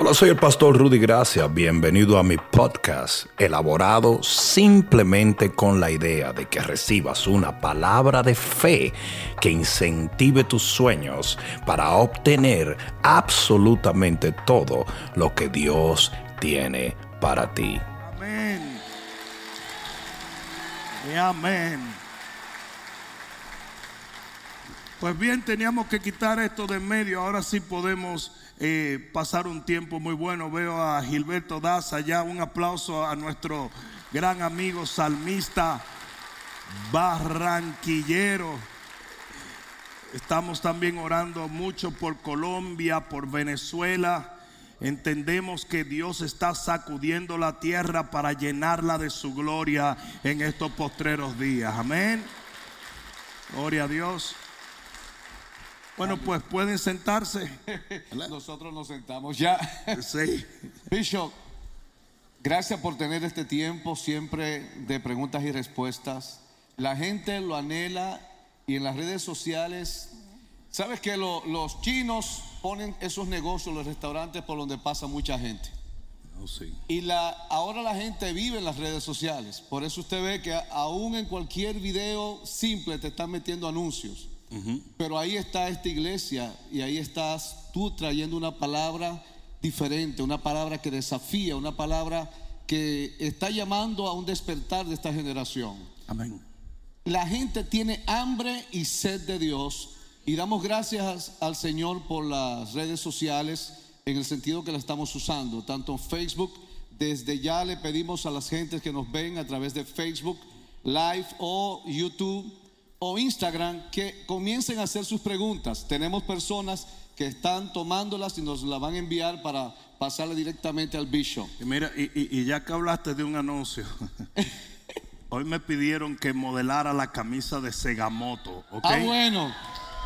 Hola, soy el pastor Rudy Gracia. Bienvenido a mi podcast, elaborado simplemente con la idea de que recibas una palabra de fe que incentive tus sueños para obtener absolutamente todo lo que Dios tiene para ti. Amén. Y amén. Pues bien, teníamos que quitar esto de en medio. Ahora sí podemos pasar un tiempo muy bueno. Veo a Gilberto Daza allá. Un aplauso a nuestro gran amigo salmista barranquillero. Estamos también orando mucho por Colombia, por Venezuela. Entendemos que Dios está sacudiendo la tierra para llenarla de su gloria en estos postreros días. Amén. Gloria a Dios. Bueno, pues pueden sentarse. Nosotros nos sentamos ya. Sí. Bishop, gracias por tener este tiempo siempre de preguntas y respuestas. La gente lo anhela y en las redes sociales, sabes que los chinos ponen esos negocios, los restaurantes por donde pasa mucha gente. Oh, sí. Y ahora la gente vive en las redes sociales. Por eso usted ve que aún en cualquier video simple te están metiendo anuncios. Pero ahí está esta iglesia y ahí estás tú trayendo una palabra diferente, una palabra que desafía, una palabra que está llamando a un despertar de esta generación. Amén. La gente tiene hambre y sed de Dios y damos gracias al Señor por las redes sociales en el sentido que la estamos usando, tanto en Facebook. Desde ya le pedimos a las gentes que nos ven a través de Facebook Live o YouTube o Instagram que comiencen a hacer sus preguntas. Tenemos personas que están tomándolas y nos las van a enviar para pasarle directamente al Bishop. Y mira, y ya que hablaste de un anuncio, hoy me pidieron que modelara la camisa de Segamoto, ¿ok? Bueno.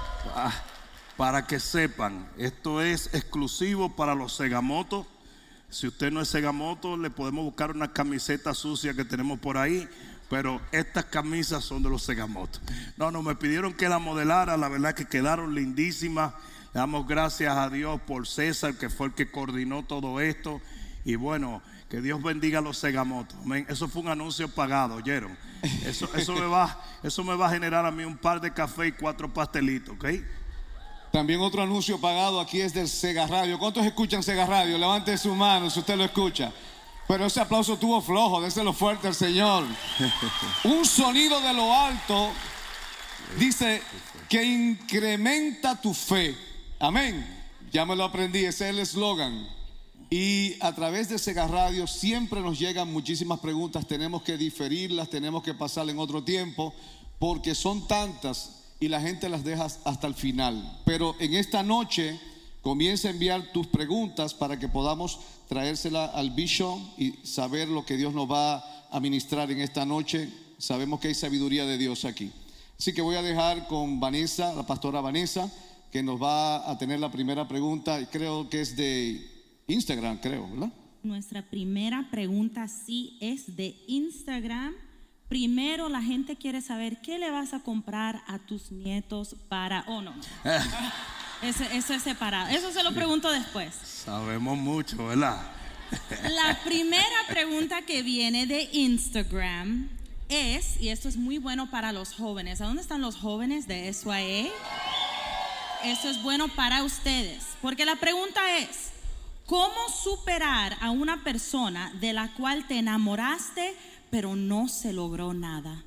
Para que sepan, esto es exclusivo para los Segamoto. Si usted no es Segamoto, le podemos buscar una camiseta sucia que tenemos por ahí, pero estas camisas son de los Segamoto. No, me pidieron que la modelara. La verdad que quedaron lindísimas. Le damos gracias a Dios por César, que fue el que coordinó todo esto. Y bueno, que Dios bendiga a los Segamoto. Amén. Eso fue un anuncio pagado, ¿oyeron? Eso me va a generar a mí un par de café y 4 pastelitos, ¿ok? También otro anuncio pagado aquí es del Sega Radio. ¿Cuántos escuchan Sega Radio? Levante su mano si usted lo escucha. Pero ese aplauso estuvo flojo, déselo fuerte al Señor. Un sonido de lo alto dice que incrementa tu fe. Amén. Ya me lo aprendí, ese es el eslogan. Y a través de Sega Radio siempre nos llegan muchísimas preguntas. Tenemos que diferirlas, tenemos que pasarlas en otro tiempo, porque son tantas y la gente las deja hasta el final. Pero en esta noche comienza a enviar tus preguntas para que podamos traérsela al Bishop y saber lo que Dios nos va a ministrar en esta noche. Sabemos que hay sabiduría de Dios aquí. Así que voy a dejar con Vanessa, la pastora Vanessa, que nos va a tener la primera pregunta. Creo que es de Instagram, ¿verdad? Nuestra primera pregunta sí es de Instagram. Primero la gente quiere saber qué le vas a comprar a tus nietos para... Oh, no. Eso es separado. Eso se lo pregunto después. Sabemos mucho, ¿verdad? La primera pregunta que viene de Instagram es, y esto es muy bueno para los jóvenes. ¿A dónde están los jóvenes de SYA? Esto es bueno para ustedes, porque la pregunta es: ¿cómo superar a una persona de la cual te enamoraste pero no se logró nada?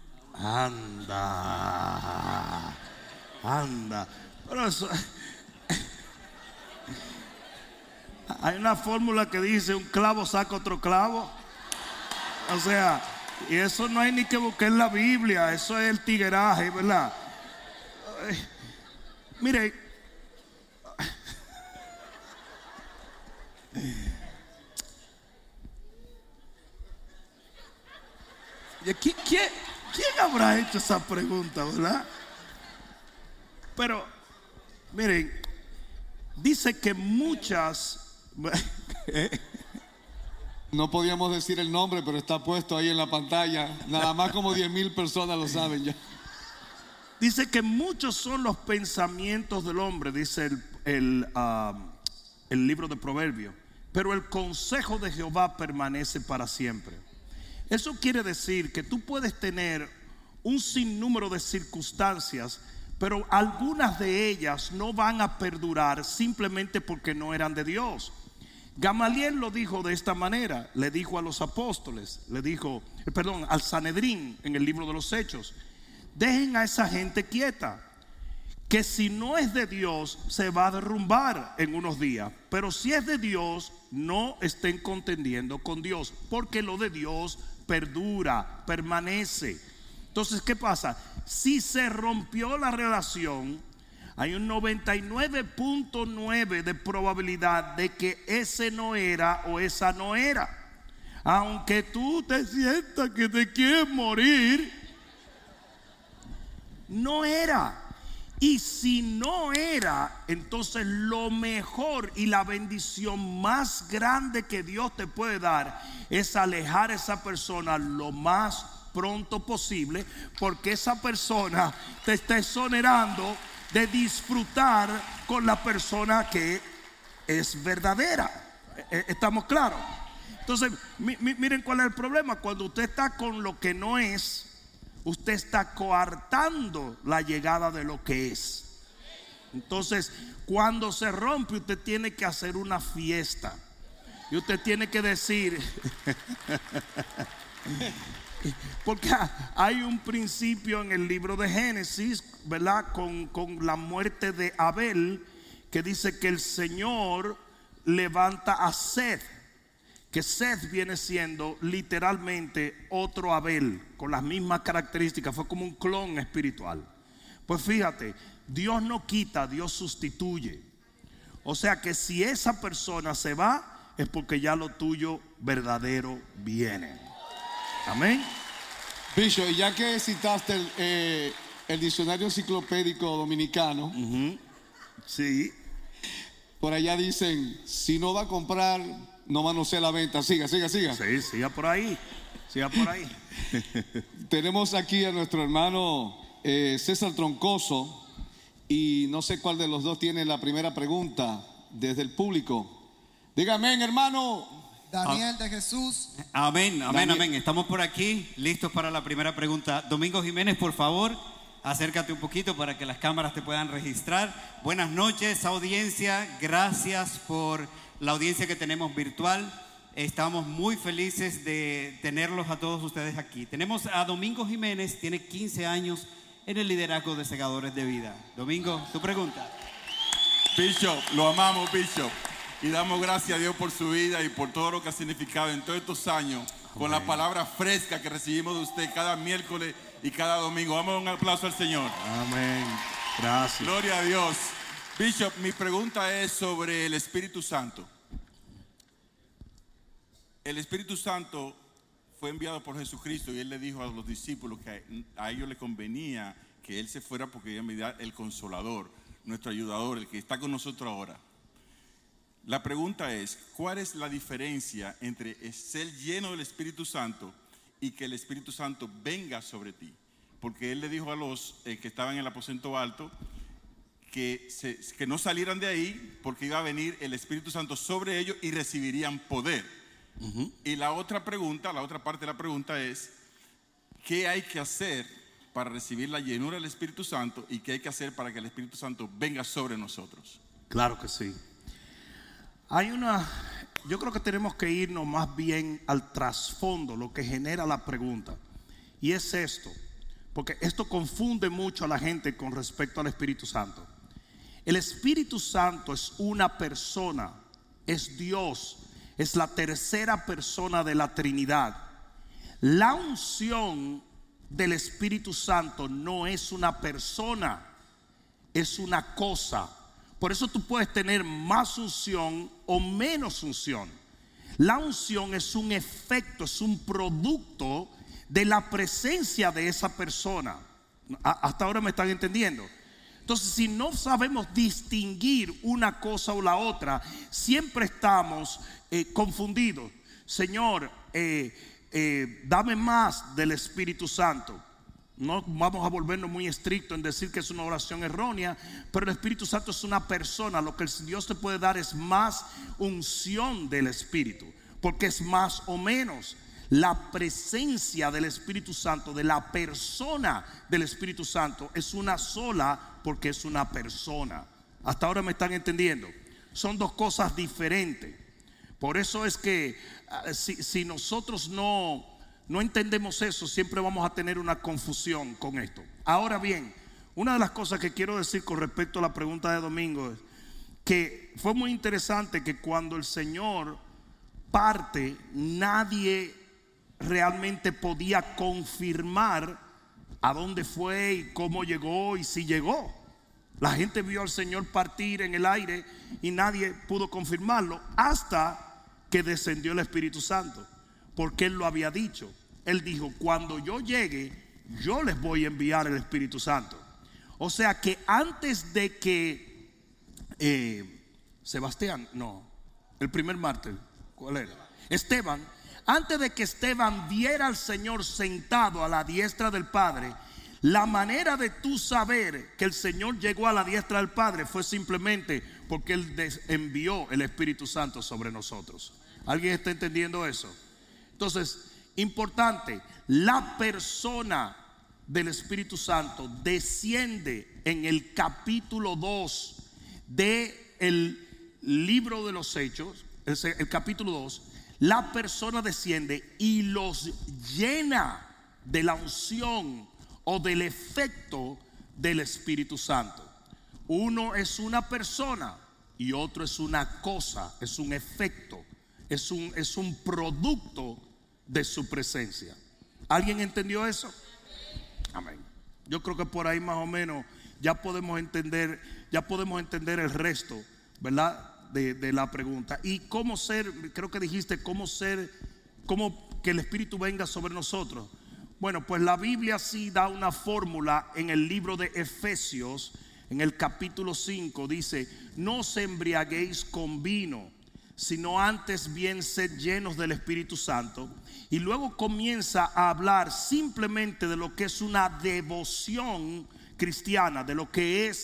Anda. Pero eso... Hay una fórmula que dice: un clavo saca otro clavo. O sea, y eso no hay ni que buscar en la Biblia. Eso es el tigueraje, ¿verdad? Mire, ¿quién habrá hecho esa pregunta, verdad? Pero, miren, dice que muchas... No podíamos decir el nombre, pero está puesto ahí en la pantalla. Nada más como 10,000 personas lo saben ya. Dice que muchos son los pensamientos del hombre, dice el libro de Proverbios. pero el consejo de Jehová permanece para siempre. Eso quiere decir que tú puedes tener un sinnúmero de circunstancias, pero algunas de ellas no van a perdurar simplemente porque no eran de Dios. Gamaliel lo dijo de esta manera, le dijo a los apóstoles, al Sanedrín en el libro de los Hechos: dejen a esa gente quieta, que si no es de Dios se va a derrumbar en unos días, pero si es de Dios no estén contendiendo con Dios, porque lo de Dios perdura, permanece. Entonces, ¿qué pasa? Si se rompió la relación, hay un 99.9 de probabilidad de que ese no era o esa no era. Aunque tú te sientas que te quieres morir, no era. Y si no era, entonces lo mejor y la bendición más grande que Dios te puede dar es alejar a esa persona lo más pronto posible, porque esa persona te está exonerando de disfrutar con la persona que es verdadera. ¿Estamos claros? Entonces, miren cuál es el problema. Cuando usted está con lo que no es, usted está coartando la llegada de lo que es. Entonces, cuando se rompe, usted tiene que hacer una fiesta. Y usted tiene que decir porque hay un principio en el libro de Génesis, ¿verdad? Con la muerte de Abel, que dice que el Señor levanta a Seth, que Seth viene siendo literalmente otro Abel, con las mismas características. Fue como un clon espiritual. Pues fíjate, Dios no quita, Dios sustituye. O sea que si esa persona se va, es porque ya lo tuyo verdadero viene. Amén. Bishop, y ya que citaste el diccionario enciclopédico dominicano, sí, por allá dicen: si no va a comprar, no manosee la venta. Siga. Sí, siga por ahí. Tenemos aquí a nuestro hermano César Troncoso, y no sé cuál de los dos tiene la primera pregunta desde el público. Dígame, hermano. Daniel de Jesús. Amén. Estamos por aquí, listos para la primera pregunta. Domingo Jiménez, por favor, acércate un poquito para que las cámaras te puedan registrar. Buenas noches, audiencia. Gracias por la audiencia que tenemos virtual. Estamos muy felices de tenerlos a todos ustedes aquí. Tenemos a Domingo Jiménez, tiene 15 años en el liderazgo de Segadores de Vida. Domingo, tu pregunta. Bishop, lo amamos, Bishop. Y damos gracias a Dios por su vida y por todo lo que ha significado en todos estos años. Amén. Con la palabra fresca que recibimos de usted cada miércoles y cada domingo. Vamos, un aplauso al Señor. Amén. Gracias. Gloria a Dios. Bishop, mi pregunta es sobre el Espíritu Santo. El Espíritu Santo fue enviado por Jesucristo y Él le dijo a los discípulos que a ellos les convenía que Él se fuera porque iba a enviar el Consolador, nuestro ayudador, el que está con nosotros ahora. La pregunta es: ¿cuál es la diferencia entre ser lleno del Espíritu Santo y que el Espíritu Santo venga sobre ti? Porque Él le dijo a los que estaban en el aposento alto que no salieran de ahí, porque iba a venir el Espíritu Santo sobre ellos y recibirían poder. Y la otra parte de la pregunta es: ¿qué hay que hacer para recibir la llenura del Espíritu Santo y qué hay que hacer para que el Espíritu Santo venga sobre nosotros? Claro que sí. Yo creo que tenemos que irnos más bien al trasfondo, lo que genera la pregunta. Y es esto, porque esto confunde mucho a la gente con respecto al Espíritu Santo. El Espíritu Santo es una persona, es Dios, es la tercera persona de la Trinidad. La unción del Espíritu Santo no es una persona, es una cosa. Por eso tú puedes tener más unción o menos unción. La unción es un efecto, es un producto de la presencia de esa persona. Hasta ahora me están entendiendo. Entonces, si no sabemos distinguir una cosa o la otra, siempre estamos confundidos. Señor, dame más del Espíritu Santo. no vamos a volvernos muy estrictos en decir que es una oración errónea, pero el Espíritu Santo es una persona. Lo que Dios te puede dar es más unción del Espíritu, porque es más o menos. La presencia del Espíritu Santo, de la persona del Espíritu Santo, es una sola porque es una persona. Hasta ahora me están entendiendo. Son dos cosas diferentes. Por eso es que si nosotros no entendemos eso, siempre vamos a tener una confusión con esto. Ahora bien, una de las cosas que quiero decir con respecto a la pregunta de Domingo es que fue muy interesante que cuando el Señor parte, nadie realmente podía confirmar a dónde fue y cómo llegó y si llegó. La gente vio al Señor partir en el aire y nadie pudo confirmarlo hasta que descendió el Espíritu Santo, porque Él lo había dicho. Él dijo: cuando yo llegue, yo les voy a enviar el Espíritu Santo. O sea que antes de que el primer mártir, ¿cuál era? Esteban. Antes de que Esteban viera al Señor sentado a la diestra del Padre, la manera de tú saber que el Señor llegó a la diestra del Padre fue simplemente porque Él envió el Espíritu Santo sobre nosotros. ¿Alguien está entendiendo eso? Entonces, importante, la persona del Espíritu Santo desciende en el capítulo 2 del libro de los Hechos, el capítulo 2. La persona desciende y los llena de la unción o del efecto del Espíritu Santo. Uno es una persona y otro es una cosa, es un efecto, es un producto de su presencia. ¿Alguien entendió eso? Amén. Yo creo que por ahí más o menos ya podemos entender el resto, ¿verdad? De la pregunta. Y cómo ser, creo que dijiste, cómo que el Espíritu venga sobre nosotros. Bueno, pues la Biblia sí da una fórmula en el libro de Efesios, en el capítulo 5, dice: no os embriaguéis con vino, sino antes bien sed llenos del Espíritu Santo. Y luego comienza a hablar simplemente de lo que es una devoción cristiana, de lo que es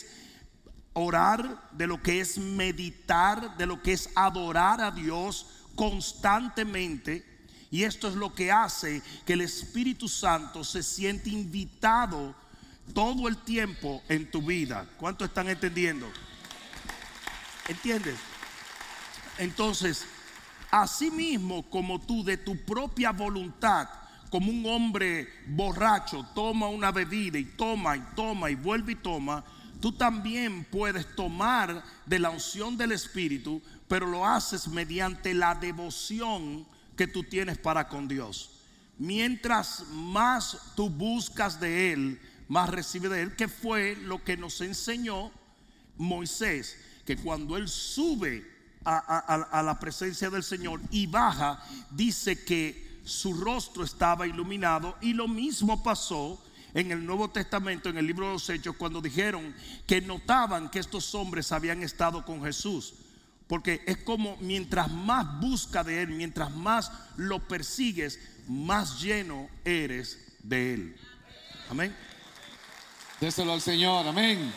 orar, de lo que es meditar, de lo que es adorar a Dios constantemente. Y esto es lo que hace que el Espíritu Santo se siente invitado todo el tiempo en tu vida. ¿Cuántos están entendiendo? ¿Entiendes? Entonces, así mismo como tú de tu propia voluntad, como un hombre borracho, toma una bebida y toma y vuelve y toma, tú también puedes tomar de la unción del Espíritu, pero lo haces mediante la devoción que tú tienes para con Dios. Mientras más tú buscas de Él, más recibes de Él, que fue lo que nos enseñó Moisés, que cuando él sube a la presencia del Señor y baja, dice que su rostro estaba iluminado. Y lo mismo pasó en el Nuevo Testamento, en el libro de los Hechos, cuando dijeron que notaban que estos hombres habían estado con Jesús. Porque es como mientras más busca de Él, mientras más lo persigues, más lleno eres de Él. Amén. Déselo al Señor, amén.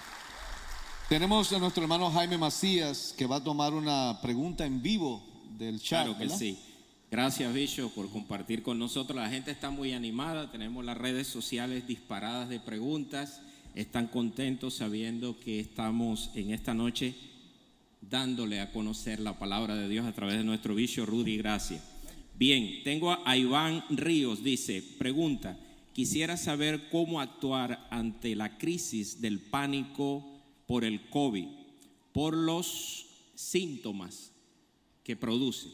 Tenemos a nuestro hermano Jaime Macías, que va a tomar una pregunta en vivo del chat. Claro que ¿verdad? Sí. Gracias, Bishop, por compartir con nosotros. La gente está muy animada, tenemos las redes sociales disparadas de preguntas. Están contentos sabiendo que estamos en esta noche dándole a conocer la palabra de Dios a través de nuestro Bishop Rudy Gracia. Bien, tengo a Iván Ríos, dice, pregunta: quisiera saber cómo actuar ante la crisis del pánico por el COVID, por los síntomas que produce.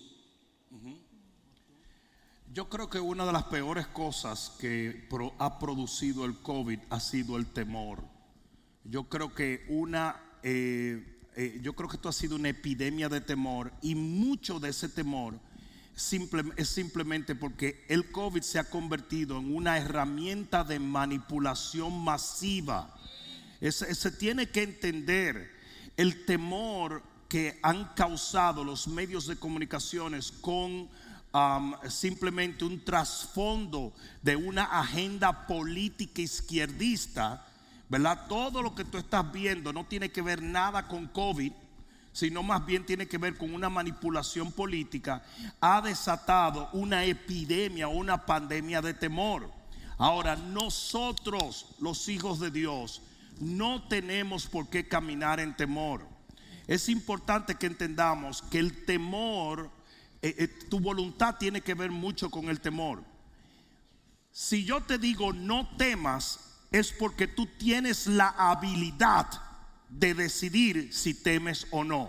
Yo creo que una de las peores cosas que ha producido el COVID ha sido el temor. Yo creo que esto ha sido una epidemia de temor, y mucho de ese temor es simplemente porque el COVID se ha convertido en una herramienta de manipulación masiva. Se tiene que entender el temor que han causado los medios de comunicaciones con simplemente un trasfondo de una agenda política izquierdista, ¿verdad? Todo lo que tú estás viendo no tiene que ver nada con COVID, sino más bien tiene que ver con una manipulación política. Ha desatado una epidemia, una pandemia de temor. Ahora, nosotros, los hijos de Dios, no tenemos por qué caminar en temor. Es importante que entendamos que el temor, tu voluntad tiene que ver mucho con el temor. Si yo te digo no temas, es porque tú tienes la habilidad de decidir si temes o no.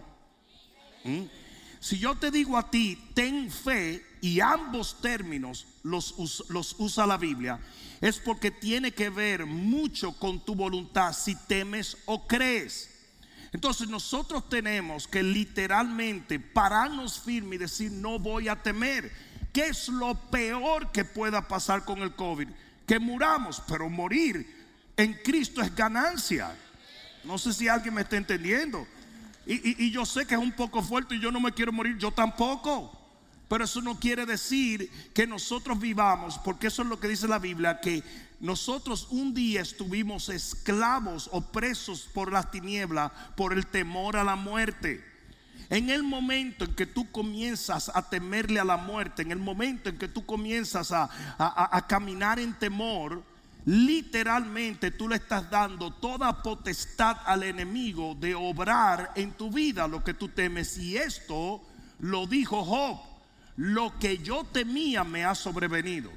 Si yo te digo a ti ten fe, y ambos términos los usa la Biblia, es porque tiene que ver mucho con tu voluntad, si temes o crees. Entonces nosotros tenemos que literalmente pararnos firme y decir no voy a temer. ¿Qué es lo peor que pueda pasar con el COVID? Que muramos, pero morir en Cristo es ganancia. No sé si alguien me está entendiendo. Y yo sé que es un poco fuerte y yo no me quiero morir, yo tampoco. Pero eso no quiere decir que nosotros vivamos, porque eso es lo que dice la Biblia, que nosotros un día estuvimos esclavos o presos por las tinieblas, por el temor a la muerte. En el momento en que tú comienzas a temerle a la muerte, en el momento en que tú comienzas a caminar en temor, literalmente tú le estás dando toda potestad al enemigo de obrar en tu vida lo que tú temes. Y esto lo dijo Job: lo que yo temía me ha sobrevenido.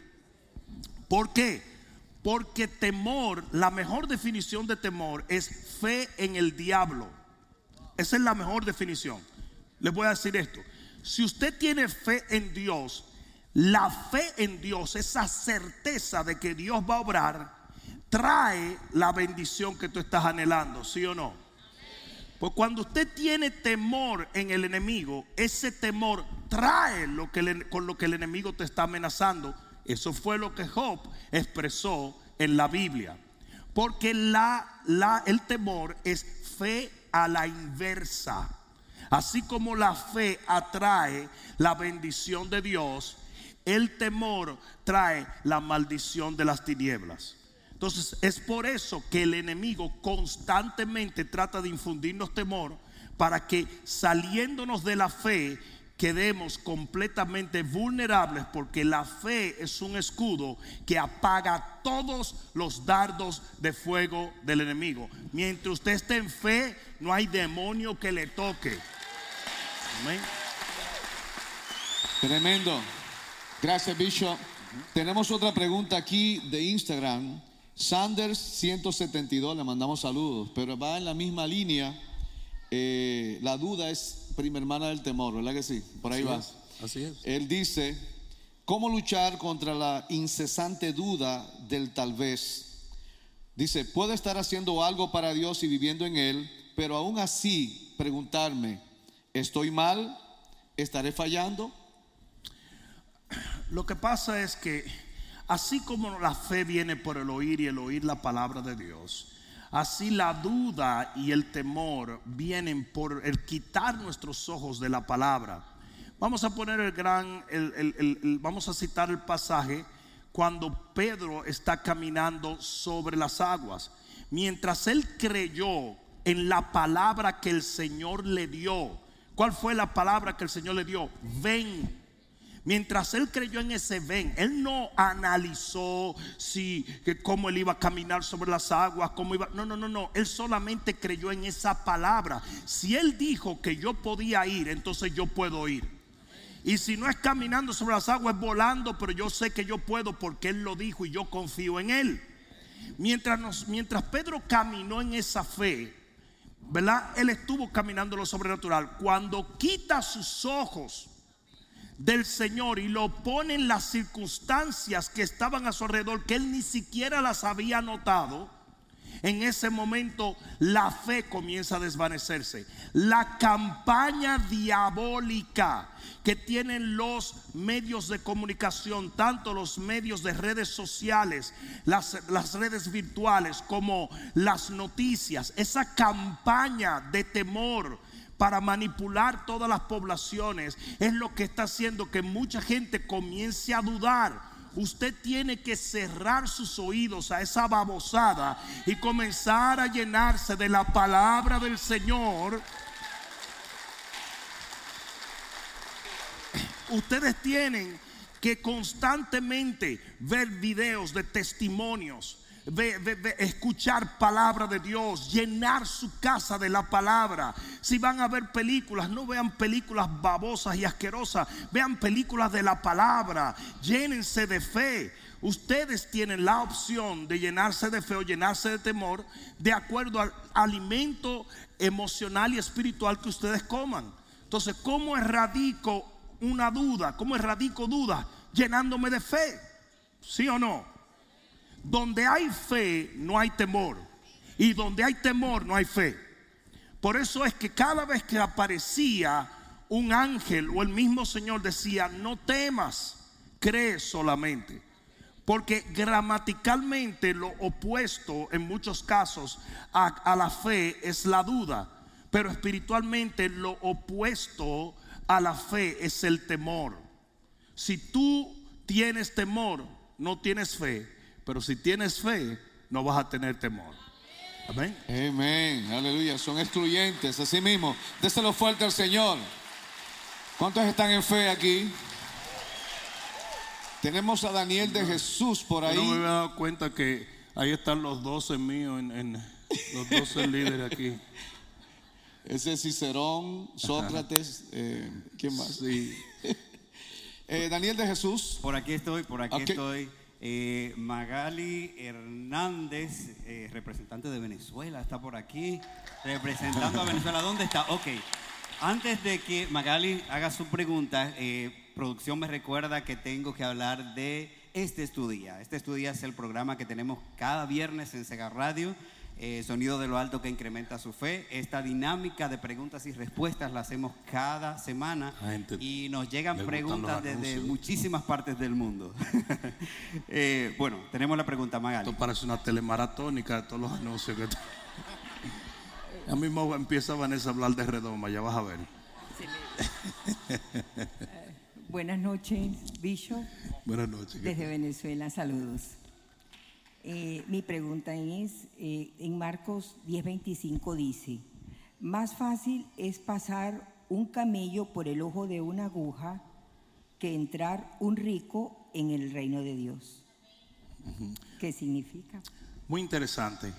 ¿Por qué? Porque temor, la mejor definición de temor es fe en el diablo. Esa es la mejor definición. Les voy a decir esto: si usted tiene fe en Dios, la fe en Dios, esa certeza de que Dios va a obrar, trae la bendición que tú estás anhelando, ¿sí o no? Pues cuando usted tiene temor en el enemigo, ese temor trae con lo que el enemigo te está amenazando. Eso fue lo que Job expresó en la Biblia. Porque el temor es fe a la inversa. Así como la fe atrae la bendición de Dios, el temor trae la maldición de las tinieblas. Entonces es por eso que el enemigo constantemente trata de infundirnos temor, para que saliéndonos de la fe quedemos completamente vulnerables, porque la fe es un escudo que apaga todos los dardos de fuego del enemigo. Mientras usted esté en fe, no hay demonio que le toque. Amén. Tremendo. Gracias, Bishop. Tenemos otra pregunta aquí de Instagram. Sanders 172, le mandamos saludos, pero va en la misma línea. La duda es prima hermana del temor, ¿verdad que sí? Por ahí va. Así es. Él dice: ¿cómo luchar contra la incesante duda del tal vez? Dice: puedo estar haciendo algo para Dios y viviendo en Él, pero aún así preguntarme: ¿estoy mal? ¿Estaré fallando? Lo que pasa es que así como la fe viene por el oír y el oír la palabra de Dios, así la duda y el temor vienen por el quitar nuestros ojos de la palabra. Vamos a poner vamos a citar el pasaje cuando Pedro está caminando sobre las aguas. Mientras él creyó en la palabra que el Señor le dio. ¿Cuál fue la palabra que el Señor le dio? Ven. Mientras él creyó en ese ven, él no analizó cómo él iba a caminar sobre las aguas, no. Él solamente creyó en esa palabra. Si él dijo que yo podía ir, entonces yo puedo ir. Y si no es caminando sobre las aguas, es volando, pero yo sé que yo puedo porque él lo dijo y yo confío en él. Mientras Pedro caminó en esa fe, ¿verdad? Él estuvo caminando lo sobrenatural. Cuando quita sus ojos del Señor y lo pone en las circunstancias que estaban a su alrededor, que él ni siquiera las había notado, en ese momento la fe comienza a desvanecerse. La campaña diabólica que tienen los medios de comunicación, tanto los medios de redes sociales, las redes virtuales, como las noticias, esa campaña de temor para manipular todas las poblaciones, es lo que está haciendo que mucha gente comience a dudar. Usted tiene que cerrar sus oídos a esa babosada y comenzar a llenarse de la palabra del Señor. Ustedes tienen que constantemente ver videos de testimonios, escuchar palabra de Dios, llenar su casa de la palabra. Si van a ver películas, no vean películas babosas y asquerosas, vean películas de la palabra, llénense de fe. Ustedes tienen la opción de llenarse de fe o llenarse de temor de acuerdo al alimento emocional y espiritual que ustedes coman. Entonces, ¿cómo erradico una duda? ¿Cómo erradico dudas? Llenándome de fe, ¿sí o no? Donde hay fe no hay temor, y donde hay temor no hay fe. Por eso es que cada vez que aparecía un ángel o el mismo Señor decía: no temas, cree solamente. Porque gramaticalmente lo opuesto en muchos casos a la fe es la duda, pero espiritualmente lo opuesto a la fe es el temor. Si tú tienes temor, no tienes fe. Pero si tienes fe, no vas a tener temor. Amén. Amén, aleluya. Son excluyentes, así mismo. Déselo fuerte al Señor. ¿Cuántos están en fe aquí? Tenemos a Daniel de Jesús por ahí. Yo no me había dado cuenta que ahí están los 12 míos, los 12 líderes aquí. Ese es Cicerón, Sócrates, ¿quién más? Sí. Daniel de Jesús. Por aquí estoy, Okay. estoy. Magali Hernández, representante de Venezuela, está por aquí, representando a Venezuela. ¿Dónde está? Ok. Antes de que Magali haga su pregunta, producción me recuerda que tengo que hablar de Este es tu Día. Este es tu Día es el programa que tenemos cada viernes en Sega Radio. Sonido de lo alto que incrementa su fe. Esta dinámica de preguntas y respuestas la hacemos cada semana y nos llegan preguntas desde muchísimas partes del mundo. Bueno, tenemos la pregunta, Magali. Esto parece una telemaratónica de todos los anuncios que ya mismo empieza Vanessa a hablar de redoma, ya vas a ver. Buenas noches, Bishop. Buenas noches. Desde Venezuela, saludos. Mi pregunta es, en Marcos 10:25 dice: más fácil es pasar un camello por el ojo de una aguja que entrar un rico en el reino de Dios. ¿Qué significa? Muy interesante.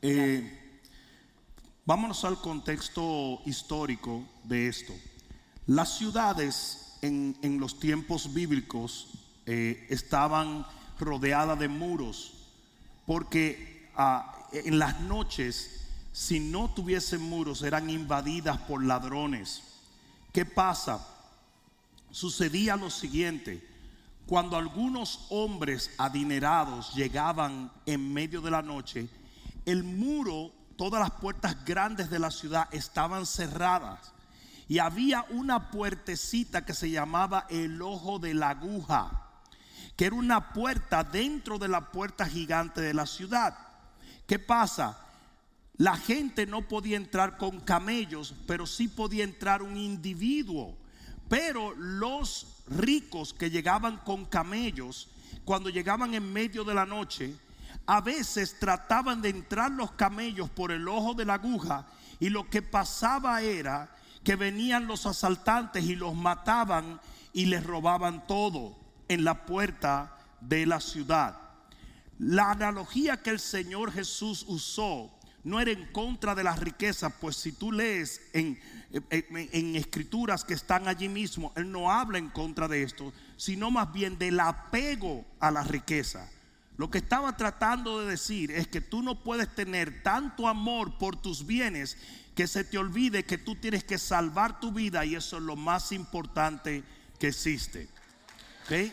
Vámonos al contexto histórico de esto. Las ciudades en los tiempos bíblicos estaban rodeadas de muros, porque en las noches, si no tuviesen muros, eran invadidas por ladrones. ¿Qué pasa? Sucedía lo siguiente: cuando algunos hombres adinerados llegaban en medio de la noche, el muro, todas las puertas grandes de la ciudad estaban cerradas, y había una puertecita que se llamaba el ojo de la aguja, que era una puerta dentro de la puerta gigante de la ciudad. ¿Qué pasa? La gente no podía entrar con camellos, pero sí podía entrar un individuo. Pero los ricos que llegaban con camellos, cuando llegaban en medio de la noche, a veces trataban de entrar los camellos por el ojo de la aguja, y lo que pasaba era que venían los asaltantes y los mataban y les robaban todo en la puerta de la ciudad. La analogía que el Señor Jesús usó no era en contra de las riquezas, pues si tú lees en escrituras que están allí mismo, Él no habla en contra de esto, sino más bien del apego a la riqueza. Lo que estaba tratando de decir es que tú no puedes tener tanto amor por tus bienes que se te olvide que tú tienes que salvar tu vida, y eso es lo más importante que existe. ¿Okay?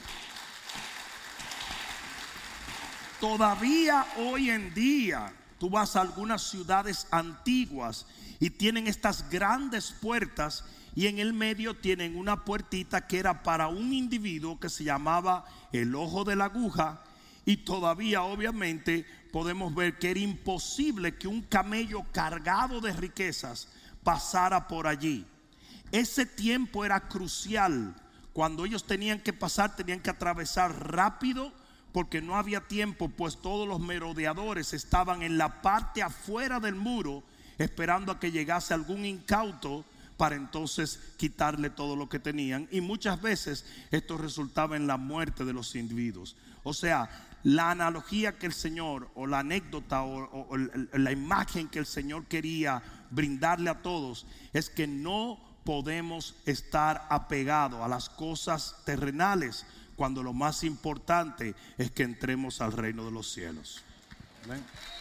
Todavía hoy en día tú vas a algunas ciudades antiguas y tienen estas grandes puertas, y en el medio tienen una puertita que era para un individuo que se llamaba el ojo de la aguja. Y todavía obviamente podemos ver que era imposible que un camello cargado de riquezas pasara por allí. Ese tiempo era crucial. Cuando ellos tenían que pasar, tenían que atravesar rápido, porque no había tiempo, pues todos los merodeadores estaban en la parte afuera del muro, esperando a que llegase algún incauto para entonces quitarle todo lo que tenían. Y muchas veces esto resultaba en la muerte de los individuos. O sea, la analogía que el Señor, o la anécdota, o la imagen que el Señor quería brindarle a todos, es que no podemos estar apegados a las cosas terrenales, cuando lo más importante es que entremos al reino de los cielos. Amén.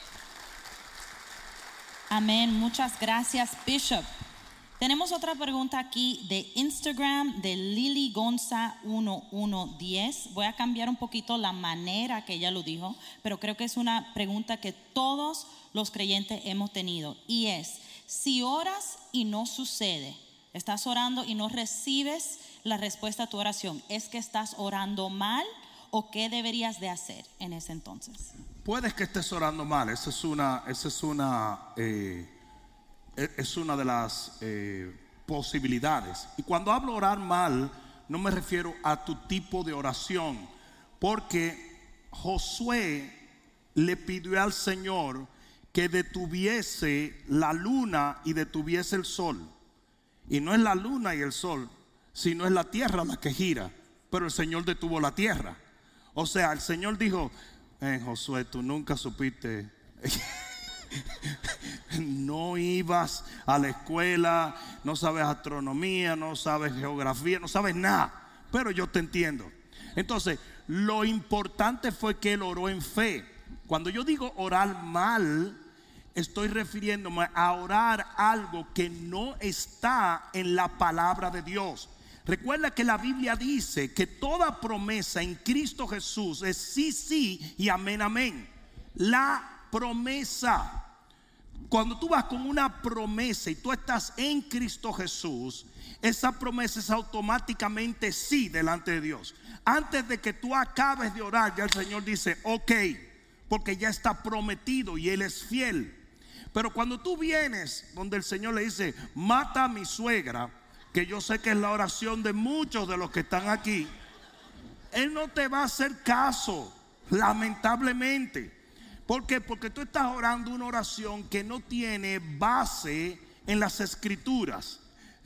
Amén. Muchas gracias, Bishop. Tenemos otra pregunta aquí de Instagram de Lily Gonza 1110. Voy a cambiar un poquito la manera que ella lo dijo, pero creo que es una pregunta que todos los creyentes hemos tenido, y es: si oras y no sucede, estás orando y no recibes la respuesta a tu oración, ¿es que estás orando mal o qué deberías de hacer en ese entonces? Puedes que estés orando mal. Esa es una de las posibilidades. Y cuando hablo orar mal, no me refiero a tu tipo de oración, porque Josué le pidió al Señor que detuviese la luna y detuviese el sol. Y no es la luna y el sol, sino es la tierra la que gira. Pero el Señor detuvo la tierra. O sea, el Señor dijo: Josué, tú nunca supiste. No ibas a la escuela, no sabes astronomía, no sabes geografía, no sabes nada, pero yo te entiendo. Entonces, lo importante fue que él oró en fe. Cuando yo digo orar mal, estoy refiriéndome a orar algo que no está en la palabra de Dios. Recuerda que la Biblia dice que toda promesa en Cristo Jesús es sí, sí y amén, amén. La promesa. Cuando tú vas con una promesa y tú estás en Cristo Jesús, esa promesa es automáticamente sí delante de Dios. Antes de que tú acabes de orar, ya el Señor dice ok, porque ya está prometido y Él es fiel. Pero cuando tú vienes donde el Señor le dice: mata a mi suegra, que yo sé que es la oración de muchos de los que están aquí, Él no te va a hacer caso, lamentablemente. ¿Por qué? Porque tú estás orando una oración que no tiene base en las escrituras.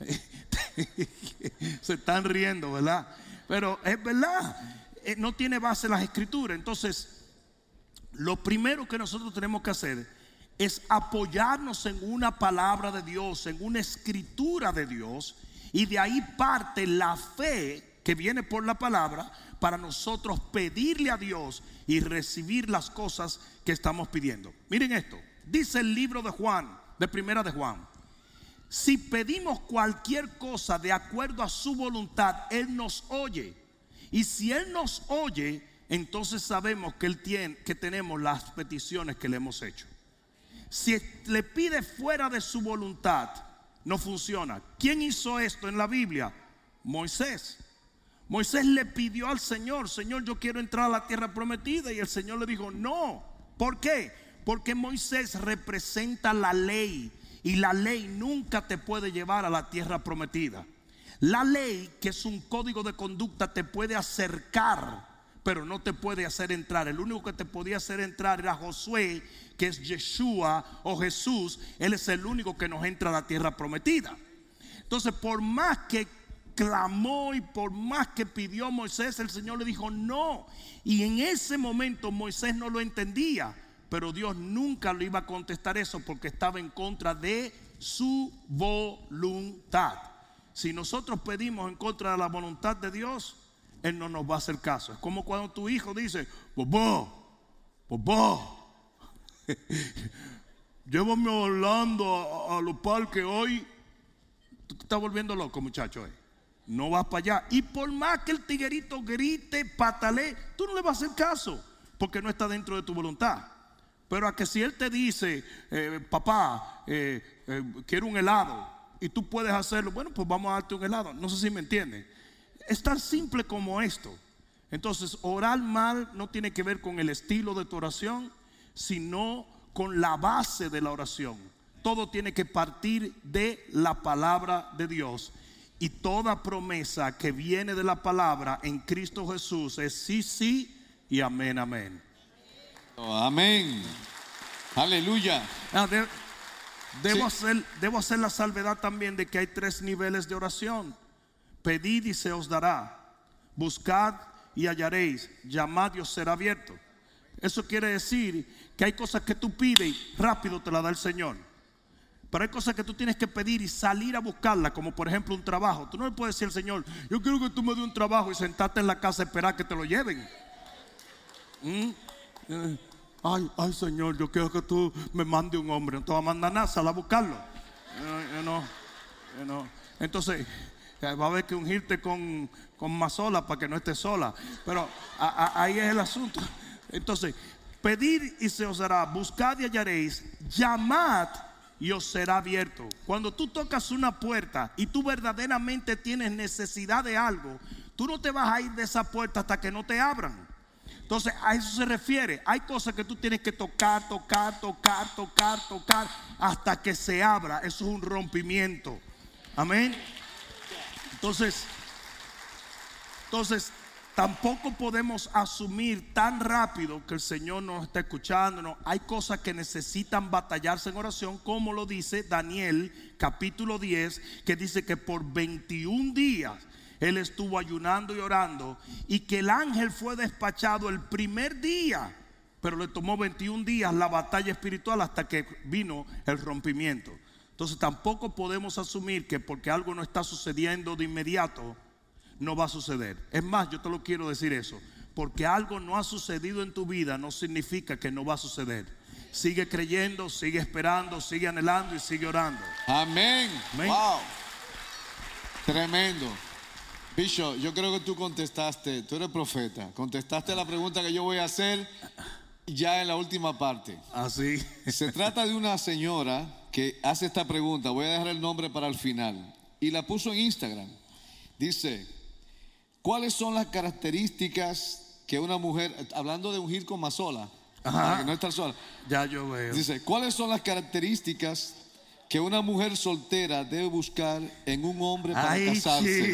Se están riendo, ¿verdad? Pero es verdad, no tiene base en las escrituras. Entonces, lo primero que nosotros tenemos que hacer es apoyarnos en una palabra de Dios, en una escritura de Dios, y de ahí parte la fe que viene por la palabra para nosotros pedirle a Dios y recibir las cosas que estamos pidiendo. Miren esto, dice el libro de Juan, de Primera de Juan: si pedimos cualquier cosa de acuerdo a su voluntad, Él nos oye. Y si Él nos oye, entonces sabemos que tenemos las peticiones que le hemos hecho. Si le pide fuera de su voluntad, no funciona. ¿Quién hizo esto en la Biblia? Moisés. Moisés le pidió al Señor: Señor, yo quiero entrar a la tierra prometida. Y el Señor le dijo: no. ¿Por qué? Porque Moisés representa la ley, y la ley nunca te puede llevar a la tierra prometida. La ley, que es un código de conducta, te puede acercar, pero no te puede hacer entrar. El único que te podía hacer entrar era Josué, que es Yeshua o Jesús. Él es el único que nos entra a la tierra prometida. Entonces, por más que clamó y por más que pidió Moisés, el Señor le dijo no. Y en ese momento Moisés no lo entendía, pero Dios nunca le iba a contestar eso, porque estaba en contra de su voluntad. Si nosotros pedimos en contra de la voluntad de Dios, Él no nos va a hacer caso. Es como cuando tu hijo dice: papá, llévame a Orlando a los parques hoy. Tú te estás volviendo loco, muchacho. No vas para allá. Y por más que el tiguerito grite, patalee, tú no le vas a hacer caso, porque no está dentro de tu voluntad. Pero a que si él te dice: papá, quiero un helado, y tú puedes hacerlo, bueno, pues vamos a darte un helado. No sé si me entienden. Es tan simple como esto. Entonces, orar mal no tiene que ver con el estilo de tu oración, sino con la base de la oración. todo tiene que partir de la palabra de Dios. Y toda promesa que viene de la palabra en Cristo Jesús es sí, sí y amén, amén. Oh, amén. Aleluya. Debo hacer la salvedad también de que hay 3 niveles de oración. Pedid y se os dará. Buscad y hallaréis. Llamad y os será abierto. Eso quiere decir que hay cosas que tú pides y rápido te la da el Señor. Pero hay cosas que tú tienes que pedir y salir a buscarla, como por ejemplo un trabajo. Tú no le puedes decir al Señor: yo quiero que tú me des un trabajo, y sentarte en la casa a esperar que te lo lleven. Ay Señor, yo quiero que tú me mandes un hombre. No te va a mandar nada, sal a buscarlo. No. Entonces va a haber que ungirte con mazola para que no estés sola. Pero ahí es el asunto. Entonces, pedir y se os dará, buscad y hallaréis, llamad y os será abierto. Cuando tú tocas una puerta y tú verdaderamente tienes necesidad de algo, tú no te vas a ir de esa puerta hasta que no te abran. Entonces a eso se refiere. Hay cosas que tú tienes que tocar hasta que se abra. Eso es un rompimiento. Amén. Entonces tampoco podemos asumir tan rápido que el Señor nos está escuchando. No. Hay cosas que necesitan batallarse en oración, como lo dice Daniel capítulo 10, que dice que por 21 días él estuvo ayunando y orando, y que el ángel fue despachado el primer día, pero le tomó 21 días la batalla espiritual hasta que vino el rompimiento. Entonces tampoco podemos asumir que porque algo no está sucediendo de inmediato, no va a suceder. Es más, yo te lo quiero decir eso: porque algo no ha sucedido en tu vida no significa que no va a suceder. Sigue creyendo, sigue esperando, sigue anhelando y sigue orando. Amén. Amén. Wow. Tremendo. Bishop, yo creo que tú contestaste, tú eres profeta, contestaste la pregunta que yo voy a hacer ya en la última parte. Así. Se trata de una señora que hace esta pregunta, voy a dejar el nombre para el final, y la puso en Instagram. Dice: ¿cuáles son las características que una mujer, hablando de ungir con mazola, para que no estar sola? Ya yo veo. Dice: ¿cuáles son las características que una mujer soltera debe buscar en un hombre para casarse?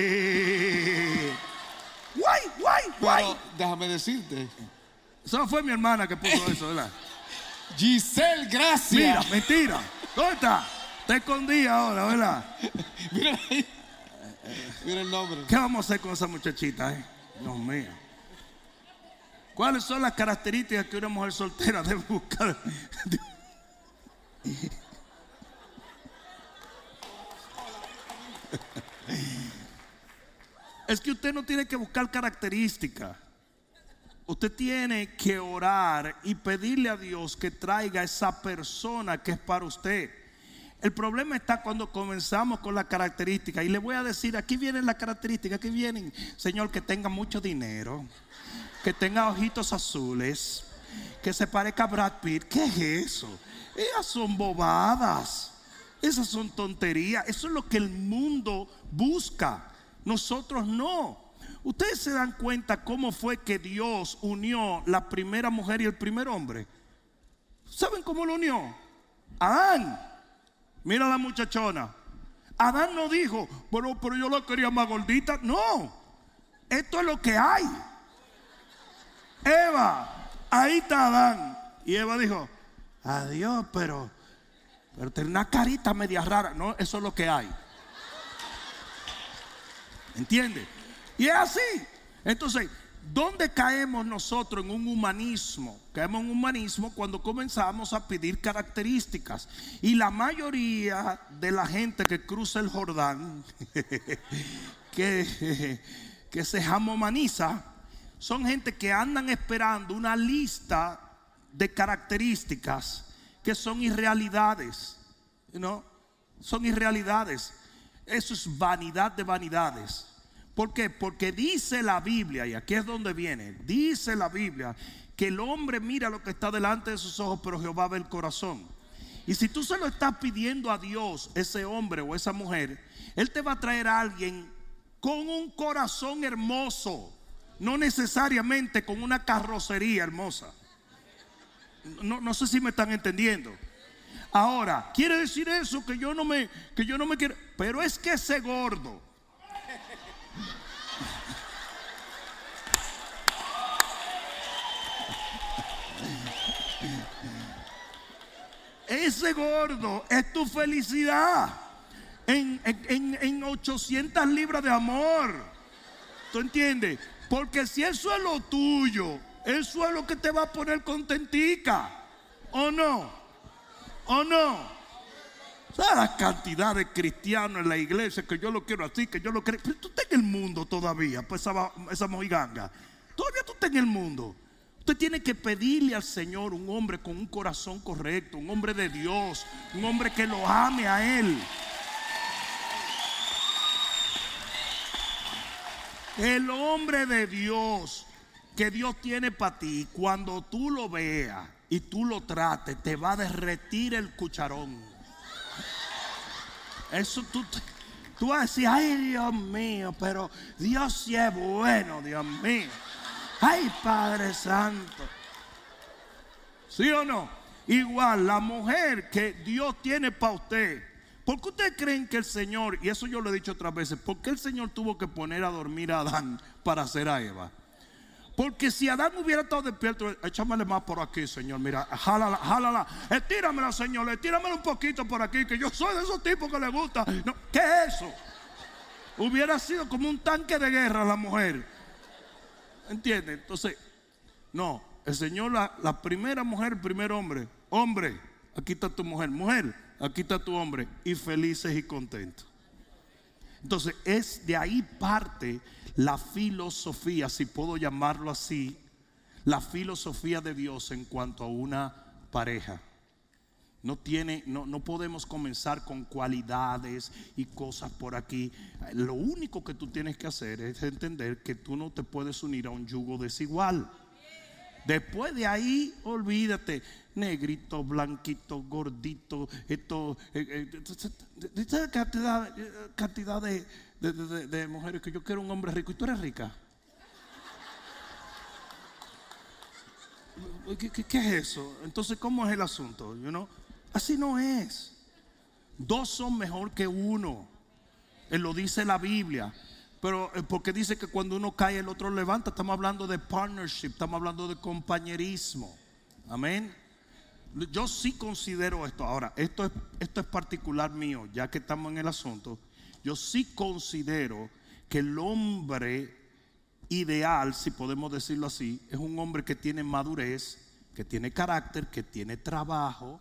Guay. Pero déjame decirte, Eso fue mi hermana que puso eso, ¿verdad? Giselle, gracias. Mira, mentira. ¿Dónde está? Está escondida ahora, ¿verdad? Mira ahí. Mira el nombre. ¿Qué vamos a hacer con esa muchachita, Dios mío. ¿Cuáles son las características que una mujer soltera debe buscar? Es que usted no tiene que buscar características. Usted tiene que orar y pedirle a Dios que traiga esa persona que es para usted. El problema está cuando comenzamos con las características. Y le voy a decir, aquí vienen las características. Aquí vienen: Señor, que tenga mucho dinero, que tenga ojitos azules, que se parezca a Brad Pitt. ¿Qué es eso? Esas son bobadas. Esas son tonterías. Eso es lo que el mundo busca. Nosotros no. Ustedes se dan cuenta cómo fue que Dios unió la primera mujer y el primer hombre. ¿Saben cómo lo unió? Adán. Mira la muchachona. Adán no dijo: pero yo la quería más gordita. No. Esto es lo que hay. Eva, ahí está Adán. Y Eva dijo: adiós, pero tiene una carita media rara. No, eso es lo que hay. ¿Entiende? Y es así. Entonces, ¿dónde caemos nosotros en un humanismo? Caemos en un humanismo cuando comenzamos a pedir características. Y la mayoría de la gente que cruza el Jordán, que se jamomaniza, son gente que andan esperando una lista de características que son irrealidades. ¿No? Son irrealidades. Eso es vanidad de vanidades. ¿Por qué? Porque dice la Biblia, y aquí es donde viene, dice la Biblia que el hombre mira lo que está delante de sus ojos, pero Jehová ve el corazón. Y si tú se lo estás pidiendo a Dios, ese hombre o esa mujer, Él te va a traer a alguien con un corazón hermoso, no necesariamente con una carrocería hermosa. No sé si me están entendiendo. Ahora, quiere decir eso que yo no me quiero, pero es que ese gordo, ese gordo es tu felicidad en 800 libras de amor. ¿Tú entiendes? Porque si eso es lo tuyo, eso es lo que te va a poner contentica. ¿O no? ¿O no? ¿Sabes la cantidad de cristianos en la iglesia que yo lo quiero así, que yo lo quiero? Pero tú estás en el mundo todavía, pues esa mojiganga. Todavía tú estás en el mundo. Usted tiene que pedirle al Señor un hombre con un corazón correcto, un hombre de Dios, un hombre que lo ame a Él. El hombre de Dios que Dios tiene para ti, cuando tú lo veas y tú lo trates, te va a derretir el cucharón. Eso tú vas a decir, ay Dios mío, pero Dios sí es bueno, Dios mío. Ay Padre Santo. ¿Sí o no? Igual la mujer que Dios tiene para usted. ¿Por qué ustedes creen que el Señor, y eso yo lo he dicho otras veces, por qué el Señor tuvo que poner a dormir a Adán para hacer a Eva? Porque si Adán hubiera estado despierto, échamele más por aquí, Señor, mira, jálala, estíramela, Señor, estíramela un poquito por aquí, que yo soy de esos tipos que le gusta. No, ¿qué es eso? Hubiera sido como un tanque de guerra la mujer. ¿Entiendes? Entonces, no, el Señor, la primera mujer, el primer hombre, hombre, aquí está tu mujer, mujer, aquí está tu hombre, y felices y contentos. Entonces es de ahí parte la filosofía, si puedo llamarlo así, la filosofía de Dios en cuanto a una pareja. No podemos comenzar con cualidades y cosas por aquí. Lo único que tú tienes que hacer es entender que tú no te puedes unir a un yugo desigual. Después de ahí, olvídate, negrito, blanquito, gordito, cantidad de mujeres que yo quiero un hombre rico y tú eres rica. ¿Qué es eso? Entonces, ¿cómo es el asunto? Así no es. Dos son mejor que uno. Lo dice la Biblia. Pero porque dice que cuando uno cae el otro levanta. Estamos hablando de partnership, estamos hablando de compañerismo. Amén. Yo sí considero esto. Ahora, esto es particular mío, ya que estamos en el asunto. Yo sí considero que el hombre ideal, si podemos decirlo así, es un hombre que tiene madurez, que tiene carácter, que tiene trabajo,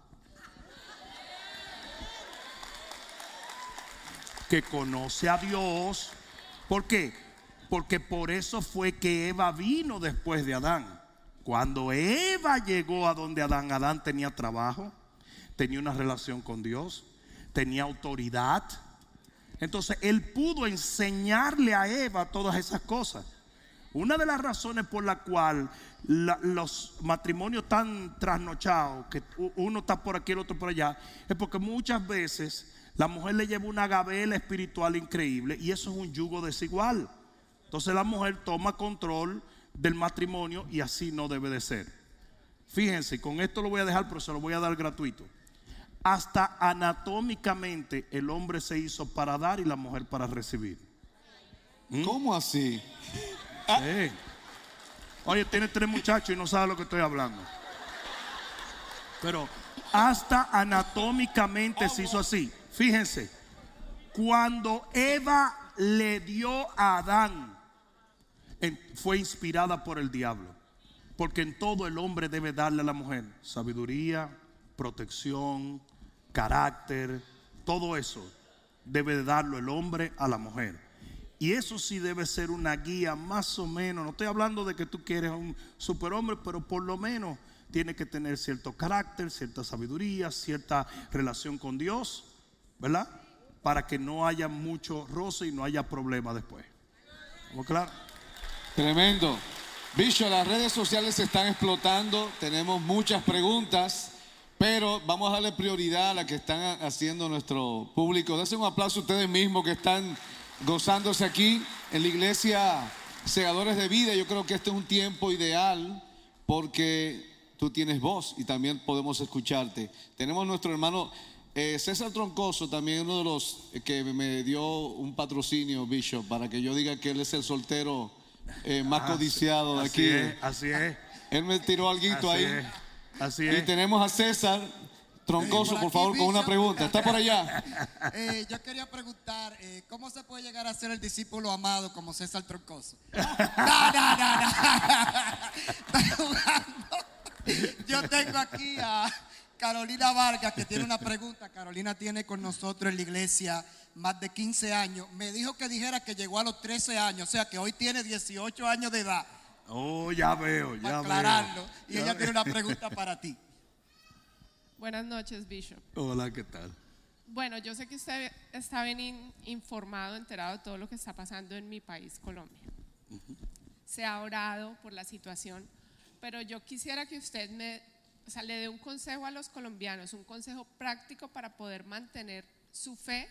que conoce a Dios. ¿Por qué? Porque por eso fue que Eva vino después de Adán. Cuando Eva llegó a donde Adán tenía trabajo, tenía una relación con Dios, tenía autoridad. Entonces él pudo enseñarle a Eva todas esas cosas. Una de las razones por la cual los matrimonios están trasnochados, que uno está por aquí, el otro por allá, es porque muchas veces la mujer le lleva una gabela espiritual increíble y eso es un yugo desigual. Entonces la mujer toma control del matrimonio y así no debe de ser. Fíjense, con esto lo voy a dejar, pero se lo voy a dar gratuito. Hasta anatómicamente el hombre se hizo para dar y la mujer para recibir. ¿Cómo así? Sí. Oye, tiene 3 muchachos y no sabe lo que estoy hablando. Pero hasta anatómicamente se hizo así. Fíjense, cuando Eva le dio a Adán, fue inspirada por el diablo. Porque en todo el hombre debe darle a la mujer sabiduría, protección, carácter, todo eso debe de darlo el hombre a la mujer. Y eso sí debe ser una guía más o menos. No estoy hablando de que tú quieres un superhombre, pero por lo menos tiene que tener cierto carácter, cierta sabiduría, cierta relación con Dios, ¿verdad? Para que no haya mucho roce y no haya problema después. ¿Estamos claros? Tremendo. Bishop, las redes sociales se están explotando. Tenemos muchas preguntas, pero vamos a darle prioridad a la que están haciendo nuestro público. Dense un aplauso a ustedes mismos que están gozándose aquí en la iglesia Segadores de Vida. Yo creo que este es un tiempo ideal porque tú tienes voz y también podemos escucharte. Tenemos nuestro hermano César Troncoso, también uno de los que me dio un patrocinio, Bishop, para que yo diga que él es el soltero más codiciado de aquí. Así es. Él me tiró alguito ahí. Así es. Y tenemos a César Troncoso, por favor, con una pregunta. ¿Está por allá? Yo quería preguntar, ¿cómo se puede llegar a ser el discípulo amado como César Troncoso? No. Estoy jugando. Yo tengo aquí a Carolina Vargas, que tiene una pregunta. Carolina tiene con nosotros en la iglesia más de 15 años. Me dijo que dijera que llegó a los 13 años, o sea que hoy tiene 18 años de edad. Oh, ya veo, para aclararlo. Y ella tiene una pregunta para ti. Buenas noches, Bishop. Hola, ¿qué tal? Bueno, yo sé que usted está bien informado, enterado de todo lo que está pasando en mi país, Colombia. Se ha orado por la situación, pero yo quisiera que usted le dé un consejo a los colombianos, un consejo práctico para poder mantener su fe.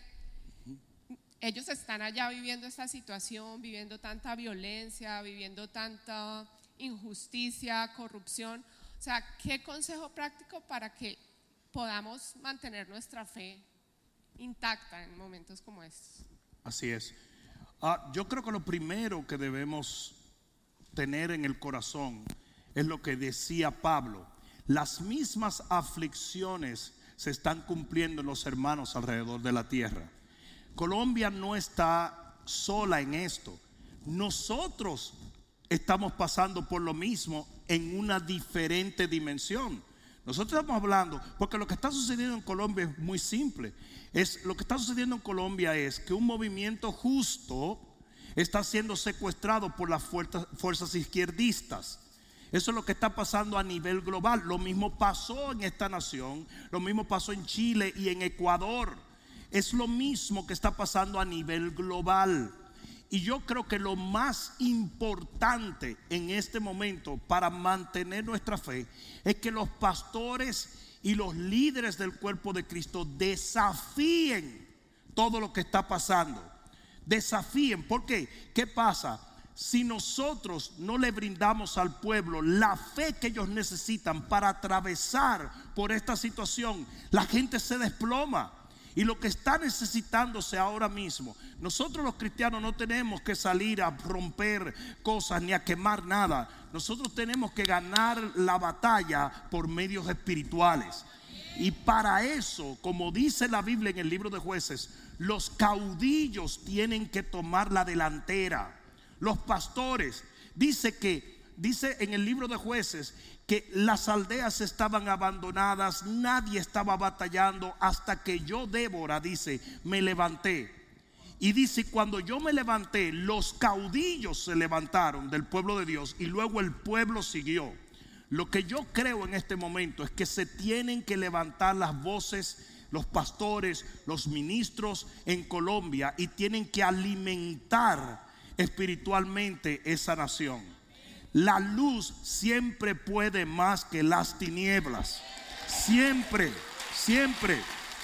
Ellos están allá viviendo esta situación, viviendo tanta violencia, viviendo tanta injusticia, corrupción. O sea, ¿qué consejo práctico para que podamos mantener nuestra fe intacta en momentos como estos? Así es. Yo creo que lo primero que debemos tener en el corazón es lo que decía Pablo. Las mismas aflicciones se están cumpliendo en los hermanos alrededor de la tierra. Colombia no está sola en esto. Nosotros estamos pasando por lo mismo en una diferente dimensión. Nosotros estamos hablando, porque lo que está sucediendo en Colombia es muy simple. Lo que está sucediendo en Colombia es que un movimiento justo está siendo secuestrado por las fuerzas izquierdistas. Eso es lo que está pasando a nivel global. Lo mismo pasó en esta nación, lo mismo pasó en Chile y en Ecuador. Es lo mismo que está pasando a nivel global. Y yo creo que lo más importante en este momento para mantener nuestra fe es que los pastores y los líderes del cuerpo de Cristo desafíen todo lo que está pasando. Desafíen. ¿Por qué? ¿Qué pasa? Si nosotros no le brindamos al pueblo la fe que ellos necesitan para atravesar por esta situación, la gente se desploma. Y lo que está necesitándose ahora mismo, nosotros los cristianos no tenemos que salir a romper cosas ni a quemar nada. Nosotros tenemos que ganar la batalla por medios espirituales. Y para eso, como dice la Biblia en el libro de Jueces, los caudillos tienen que tomar la delantera. Los pastores, dice en el libro de Jueces que las aldeas estaban abandonadas, nadie estaba batallando hasta que yo, Débora, dice, me levanté. Y dice, cuando yo me levanté, los caudillos se levantaron del pueblo de Dios y luego el pueblo siguió. Lo que yo creo en este momento es que se tienen que levantar las voces, los pastores, los ministros en Colombia, y tienen que alimentar espiritualmente esa nación. La luz siempre puede más que las tinieblas. Siempre, siempre.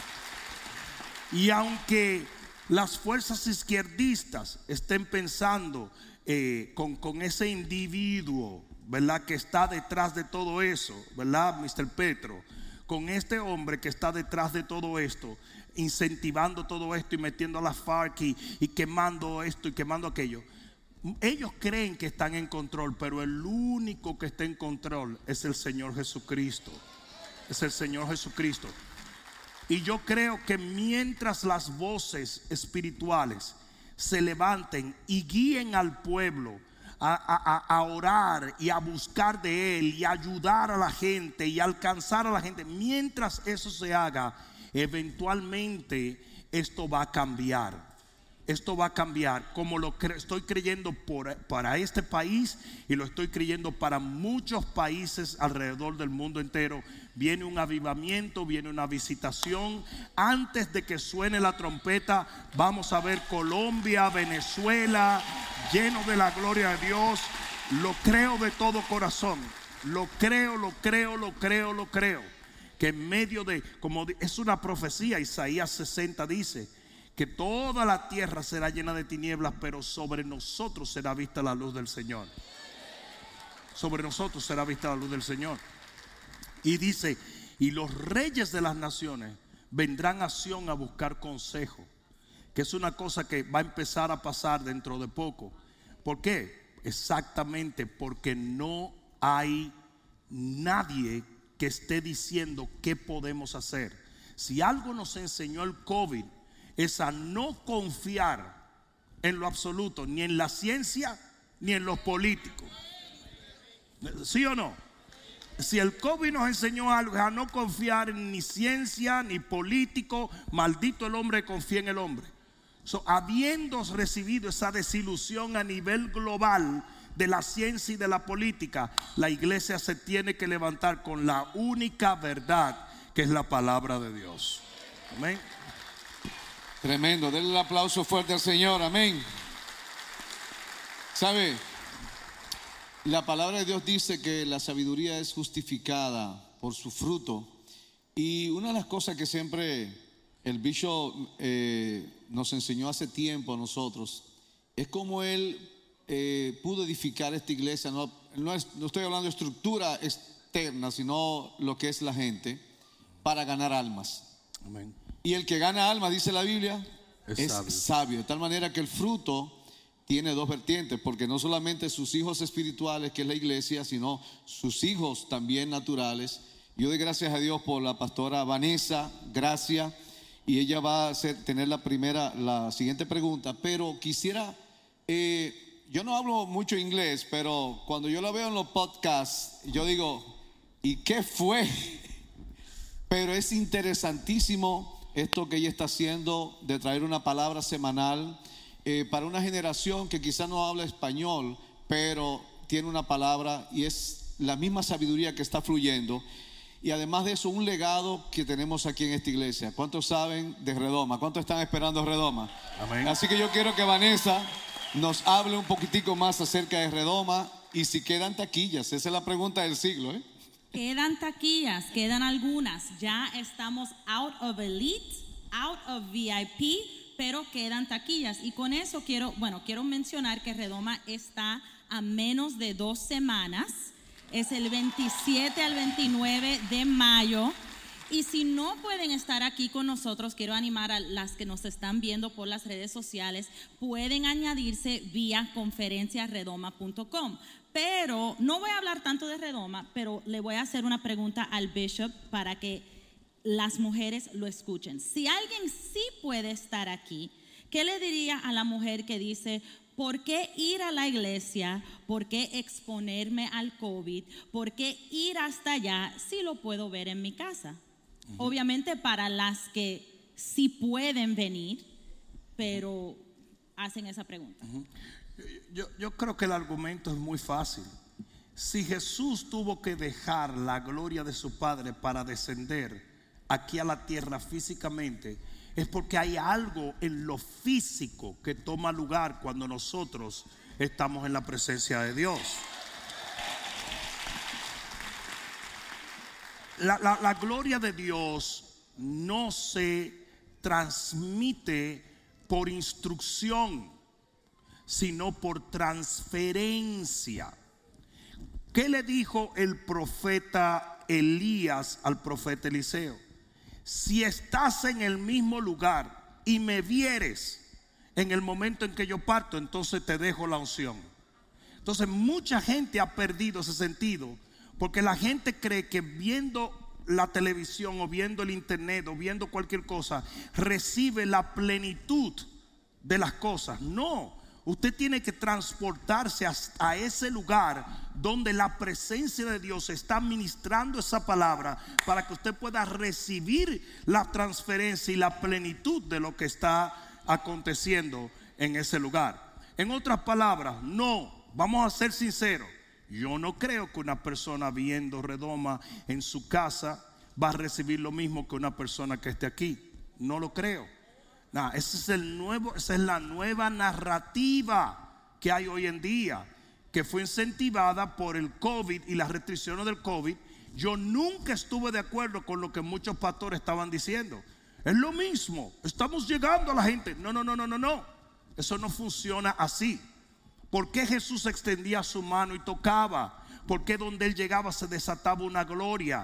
Y aunque las fuerzas izquierdistas estén pensando con ese individuo, ¿verdad?, que está detrás de todo eso, ¿verdad, Mr. Petro? Con este hombre que está detrás de todo esto, incentivando todo esto y metiendo a las FARC y quemando esto y quemando aquello. Ellos creen que están en control, pero el único que está en control es el Señor Jesucristo. Es el Señor Jesucristo. Y yo creo que mientras las voces espirituales se levanten y guíen al pueblo a orar y a buscar de Él y a ayudar a la gente y a alcanzar a la gente, mientras eso se haga, eventualmente esto va a cambiar. Esto va a cambiar, como lo estoy creyendo para este país, y lo estoy creyendo para muchos países alrededor del mundo entero. Viene un avivamiento, viene una visitación. Antes de que suene la trompeta, vamos a ver Colombia, Venezuela, lleno de la gloria de Dios. Lo creo de todo corazón. Lo creo. Que en medio de, como es una profecía, Isaías 60 dice que toda la tierra será llena de tinieblas, pero sobre nosotros será vista la luz del Señor. Sobre nosotros será vista la luz del Señor. Y dice, y los reyes de las naciones vendrán a Sión a buscar consejo, que es una cosa que va a empezar a pasar dentro de poco. ¿Por qué? Exactamente porque no hay nadie que esté diciendo qué podemos hacer. Si algo nos enseñó el COVID es a no confiar en lo absoluto, ni en la ciencia ni en los políticos. ¿Sí o no? Si el COVID nos enseñó algo, es a no confiar en ni ciencia ni político. Maldito el hombre que confía en el hombre. Habiendo recibido esa desilusión a nivel global de la ciencia y de la política, la iglesia se tiene que levantar con la única verdad, que es la palabra de Dios. Amén. Tremendo, denle un aplauso fuerte al Señor, amén. ¿Sabe? La palabra de Dios dice que la sabiduría es justificada por su fruto. Y una de las cosas que siempre el Bishop nos enseñó hace tiempo a nosotros es cómo él pudo edificar esta iglesia. No estoy hablando de estructura externa, sino lo que es la gente, para ganar almas. Amén. Y el que gana almas, dice la Biblia, es sabio. De tal manera que el fruto tiene dos vertientes, porque no solamente sus hijos espirituales, que es la iglesia, sino sus hijos también naturales. Yo doy gracias a Dios por la pastora Vanessa Gracia, y ella va a tener la siguiente pregunta. Pero quisiera, yo no hablo mucho inglés, pero cuando yo la veo en los podcasts, yo digo, ¿y qué fue? Pero es interesantísimo esto que ella está haciendo, de traer una palabra semanal para una generación que quizás no habla español, pero tiene una palabra, y es la misma sabiduría que está fluyendo. Y además de eso, un legado que tenemos aquí en esta iglesia. ¿Cuántos saben de Redoma? ¿Cuántos están esperando Redoma? Amén. Así que yo quiero que Vanessa nos hable un poquitico más acerca de Redoma, y si quedan taquillas. Esa es la pregunta del siglo, ¿eh? Quedan taquillas, quedan algunas. Ya estamos out of elite, out of VIP, pero quedan taquillas. Y con eso quiero mencionar que Redoma está a menos de 2 semanas. Es el 27 al 29 de mayo. Y si no pueden estar aquí con nosotros, quiero animar a las que nos están viendo por las redes sociales, pueden añadirse vía conferenciaredoma.com. Pero no voy a hablar tanto de Redoma, pero le voy a hacer una pregunta al Bishop para que las mujeres lo escuchen. Si alguien sí puede estar aquí, ¿qué le diría a la mujer que dice, ¿por qué ir a la iglesia? ¿Por qué exponerme al COVID? ¿Por qué ir hasta allá si lo puedo ver en mi casa? Obviamente para las que sí pueden venir, pero hacen esa pregunta. Yo creo que el argumento es muy fácil. Si Jesús tuvo que dejar la gloria de su Padre para descender aquí a la tierra físicamente, es porque hay algo en lo físico que toma lugar cuando nosotros estamos en la presencia de Dios. La gloria de Dios no se transmite por instrucción, sino por transferencia. ¿Qué le dijo el profeta Elías al profeta Eliseo? Si estás en el mismo lugar y me vieres en el momento en que yo parto, entonces te dejo la unción. Entonces mucha gente ha perdido ese sentido, porque la gente cree que viendo la televisión o viendo el internet o viendo cualquier cosa recibe la plenitud de las cosas. No, usted tiene que transportarse a ese lugar donde la presencia de Dios está ministrando esa palabra, para que usted pueda recibir la transferencia y la plenitud de lo que está aconteciendo en ese lugar. En otras palabras, no, vamos a ser sinceros, yo no creo que una persona viendo Redoma en su casa va a recibir lo mismo que una persona que esté aquí. No lo creo. Nah, esa es la nueva narrativa que hay hoy en día, que fue incentivada por el COVID y las restricciones del COVID. Yo nunca estuve de acuerdo con lo que muchos pastores estaban diciendo. Es lo mismo, estamos llegando a la gente. No. Eso no funciona así. ¿Por qué Jesús extendía su mano y tocaba? ¿Por qué donde él llegaba se desataba una gloria?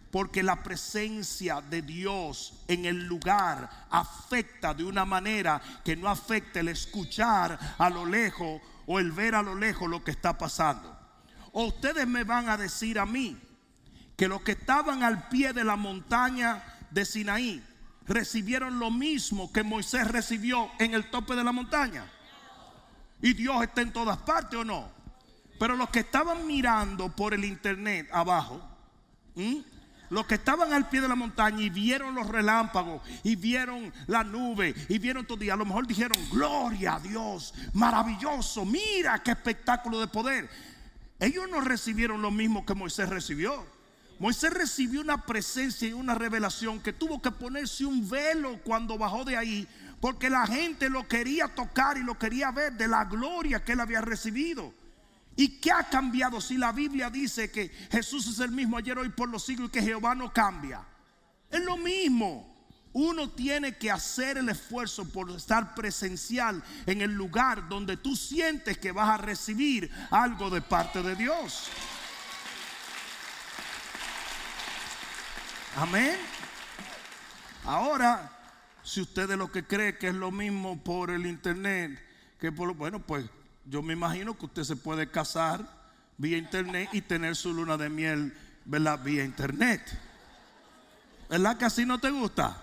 Porque la presencia de Dios en el lugar afecta de una manera que no afecta el escuchar a lo lejos o el ver a lo lejos lo que está pasando. O ustedes me van a decir a mí que los que estaban al pie de la montaña de Sinaí recibieron lo mismo que Moisés recibió en el tope de la montaña. Y Dios está en todas partes, ¿o no? Pero los que estaban mirando por el internet abajo, los que estaban al pie de la montaña y vieron los relámpagos y vieron la nube y vieron todo, y a lo mejor dijeron: gloria a Dios, maravilloso, mira qué espectáculo de poder. Ellos no recibieron lo mismo que Moisés recibió. Moisés recibió una presencia y una revelación que tuvo que ponerse un velo cuando bajó de ahí, porque la gente lo quería tocar y lo quería ver de la gloria que él había recibido. ¿Y qué ha cambiado? Si la Biblia dice que Jesús es el mismo ayer, hoy, por los siglos, y que Jehová no cambia. Es lo mismo. Uno tiene que hacer el esfuerzo por estar presencial en el lugar donde tú sientes que vas a recibir algo de parte de Dios. Amén. Ahora, si usted es lo que cree que es lo mismo por el internet, que por, bueno, pues yo me imagino que usted se puede casar vía internet y tener su luna de miel, ¿verdad? Vía internet. ¿Verdad que así no te gusta?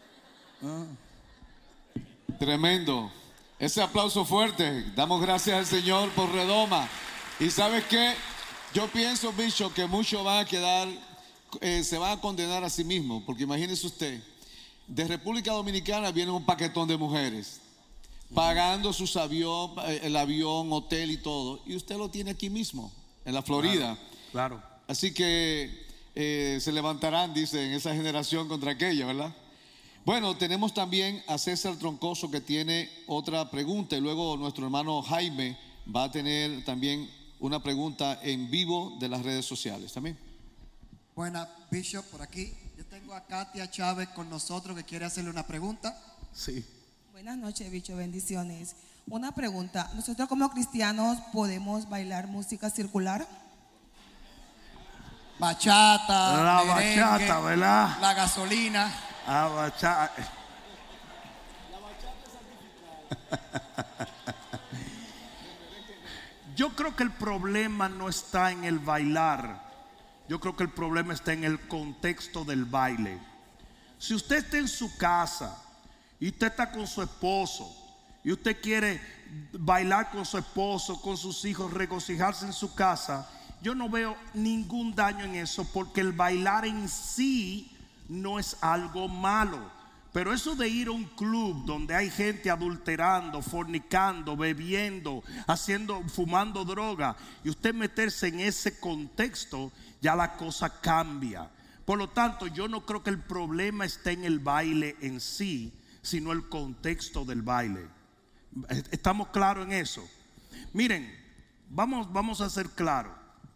Tremendo. Ese aplauso fuerte. Damos gracias al Señor por Redoma. Y ¿sabes qué? Yo pienso, Bishop, que muchos van a quedar, se van a condenar a sí mismos. Porque imagínese usted, de República Dominicana viene un paquetón de mujeres pagando sus el avión, hotel y todo, y usted lo tiene aquí mismo, en la Florida. Claro. Así que se levantarán, dice, en esa generación contra aquella, ¿verdad? Bueno, tenemos también a César Troncoso, que tiene otra pregunta, y luego nuestro hermano Jaime va a tener también una pregunta en vivo de las redes sociales también. Buena, Bishop, por aquí. Yo tengo a Katia Chávez con nosotros, que quiere hacerle una pregunta. Sí. Buenas noches, Bishop, bendiciones. Una pregunta: ¿nosotros como cristianos podemos bailar música circular? Bachata, la merengue, bachata, ¿verdad? La gasolina. La bachata. Yo creo que el problema no está en el bailar. Yo creo que el problema está en el contexto del baile. Si usted está en su casa y usted está con su esposo y usted quiere bailar con su esposo, con sus hijos, regocijarse en su casa, yo no veo ningún daño en eso, porque el bailar en sí no es algo malo. Pero eso de ir a un club donde hay gente adulterando, fornicando, bebiendo, fumando droga, y usted meterse en ese contexto, ya la cosa cambia. Por lo tanto, yo no creo que el problema esté en el baile en sí, sino el contexto del baile. ¿Estamos claros en eso? Miren, vamos a ser claros.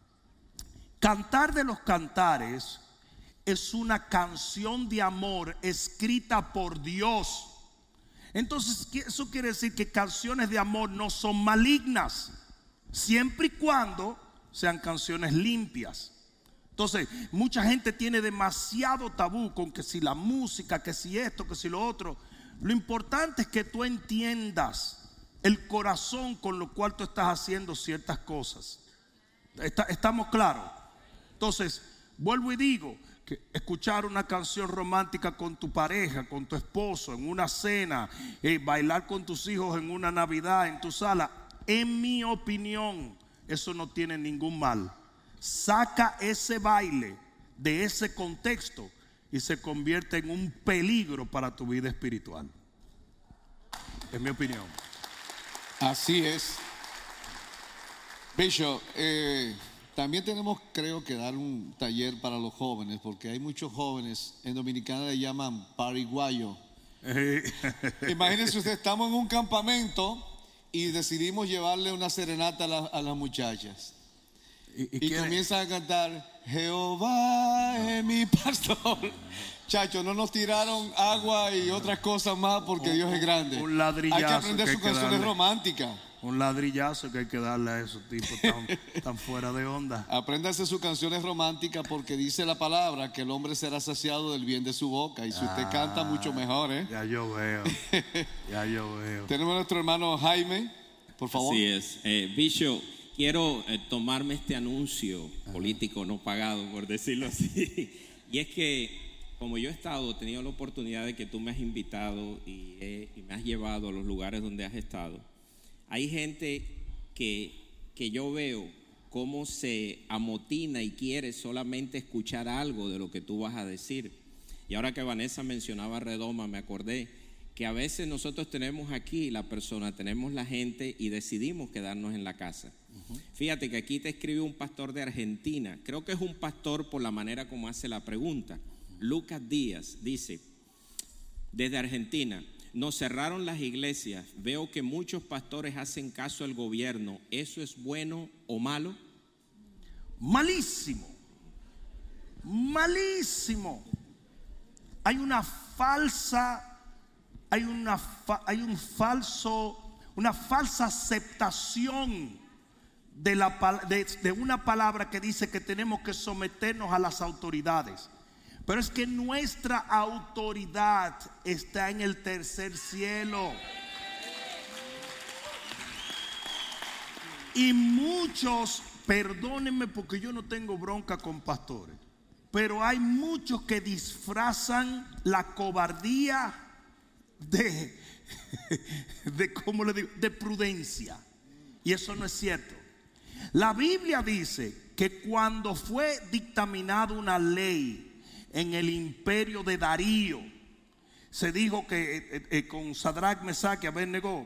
Cantar de los Cantares es una canción de amor escrita por Dios. Entonces, eso quiere decir que canciones de amor no son malignas, siempre y cuando sean canciones limpias. Entonces, mucha gente tiene demasiado tabú con que si la música, que si esto, que si lo otro. Lo importante es que tú entiendas el corazón con lo cual tú estás haciendo ciertas cosas. ¿Estamos claros? Entonces, vuelvo y digo que escuchar una canción romántica con tu pareja, con tu esposo, en una cena, bailar con tus hijos en una Navidad, en tu sala, en mi opinión, eso no tiene ningún mal. Saca ese baile de ese contexto y se convierte en un peligro para tu vida espiritual. Es mi opinión. Así es. Bishop, también tenemos, creo, que dar un taller para los jóvenes, porque hay muchos jóvenes, en Dominicana le llaman pariguayo. Imagínense usted, estamos en un campamento y decidimos llevarle una serenata a las muchachas. Y comienzan a cantar: Jehová es mi pastor. Chacho, no nos tiraron agua y otras cosas más, porque Dios es grande. Un ladrillazo. Hay que aprender sus canciones románticas. Un ladrillazo que hay que darle a esos tipos tan fuera de onda. Apréndase sus canciones románticas porque dice la palabra que el hombre será saciado del bien de su boca. Y si usted canta, mucho mejor, ¿eh? Ya yo veo. Ya yo veo. Tenemos a nuestro hermano Jaime, por favor. Así es. Bishop, quiero tomarme este anuncio político no pagado, por decirlo así. Y es que, como yo he tenido la oportunidad de que tú me has invitado y me has llevado a los lugares donde has estado, hay gente que yo veo cómo se amotina y quiere solamente escuchar algo de lo que tú vas a decir. Y ahora que Vanessa mencionaba Redoma, me acordé que a veces nosotros tenemos aquí tenemos la gente y decidimos quedarnos en la casa. Fíjate que aquí te escribe un pastor de Argentina, creo que es un pastor por la manera como hace la pregunta. Lucas Díaz dice, desde Argentina: nos cerraron las iglesias, veo que muchos pastores hacen caso al gobierno, ¿eso es bueno o malo? Malísimo, malísimo. Hay una falsa aceptación de una palabra que dice que tenemos que someternos a las autoridades. Pero es que nuestra autoridad está en el tercer cielo. Y muchos, perdónenme porque yo no tengo bronca con pastores, pero hay muchos que disfrazan la cobardía de ¿cómo le digo?, de prudencia. Y eso no es cierto. La Biblia dice que cuando fue dictaminada una ley en el imperio de Darío, se dijo que con Sadrach, Mesach y Abednego,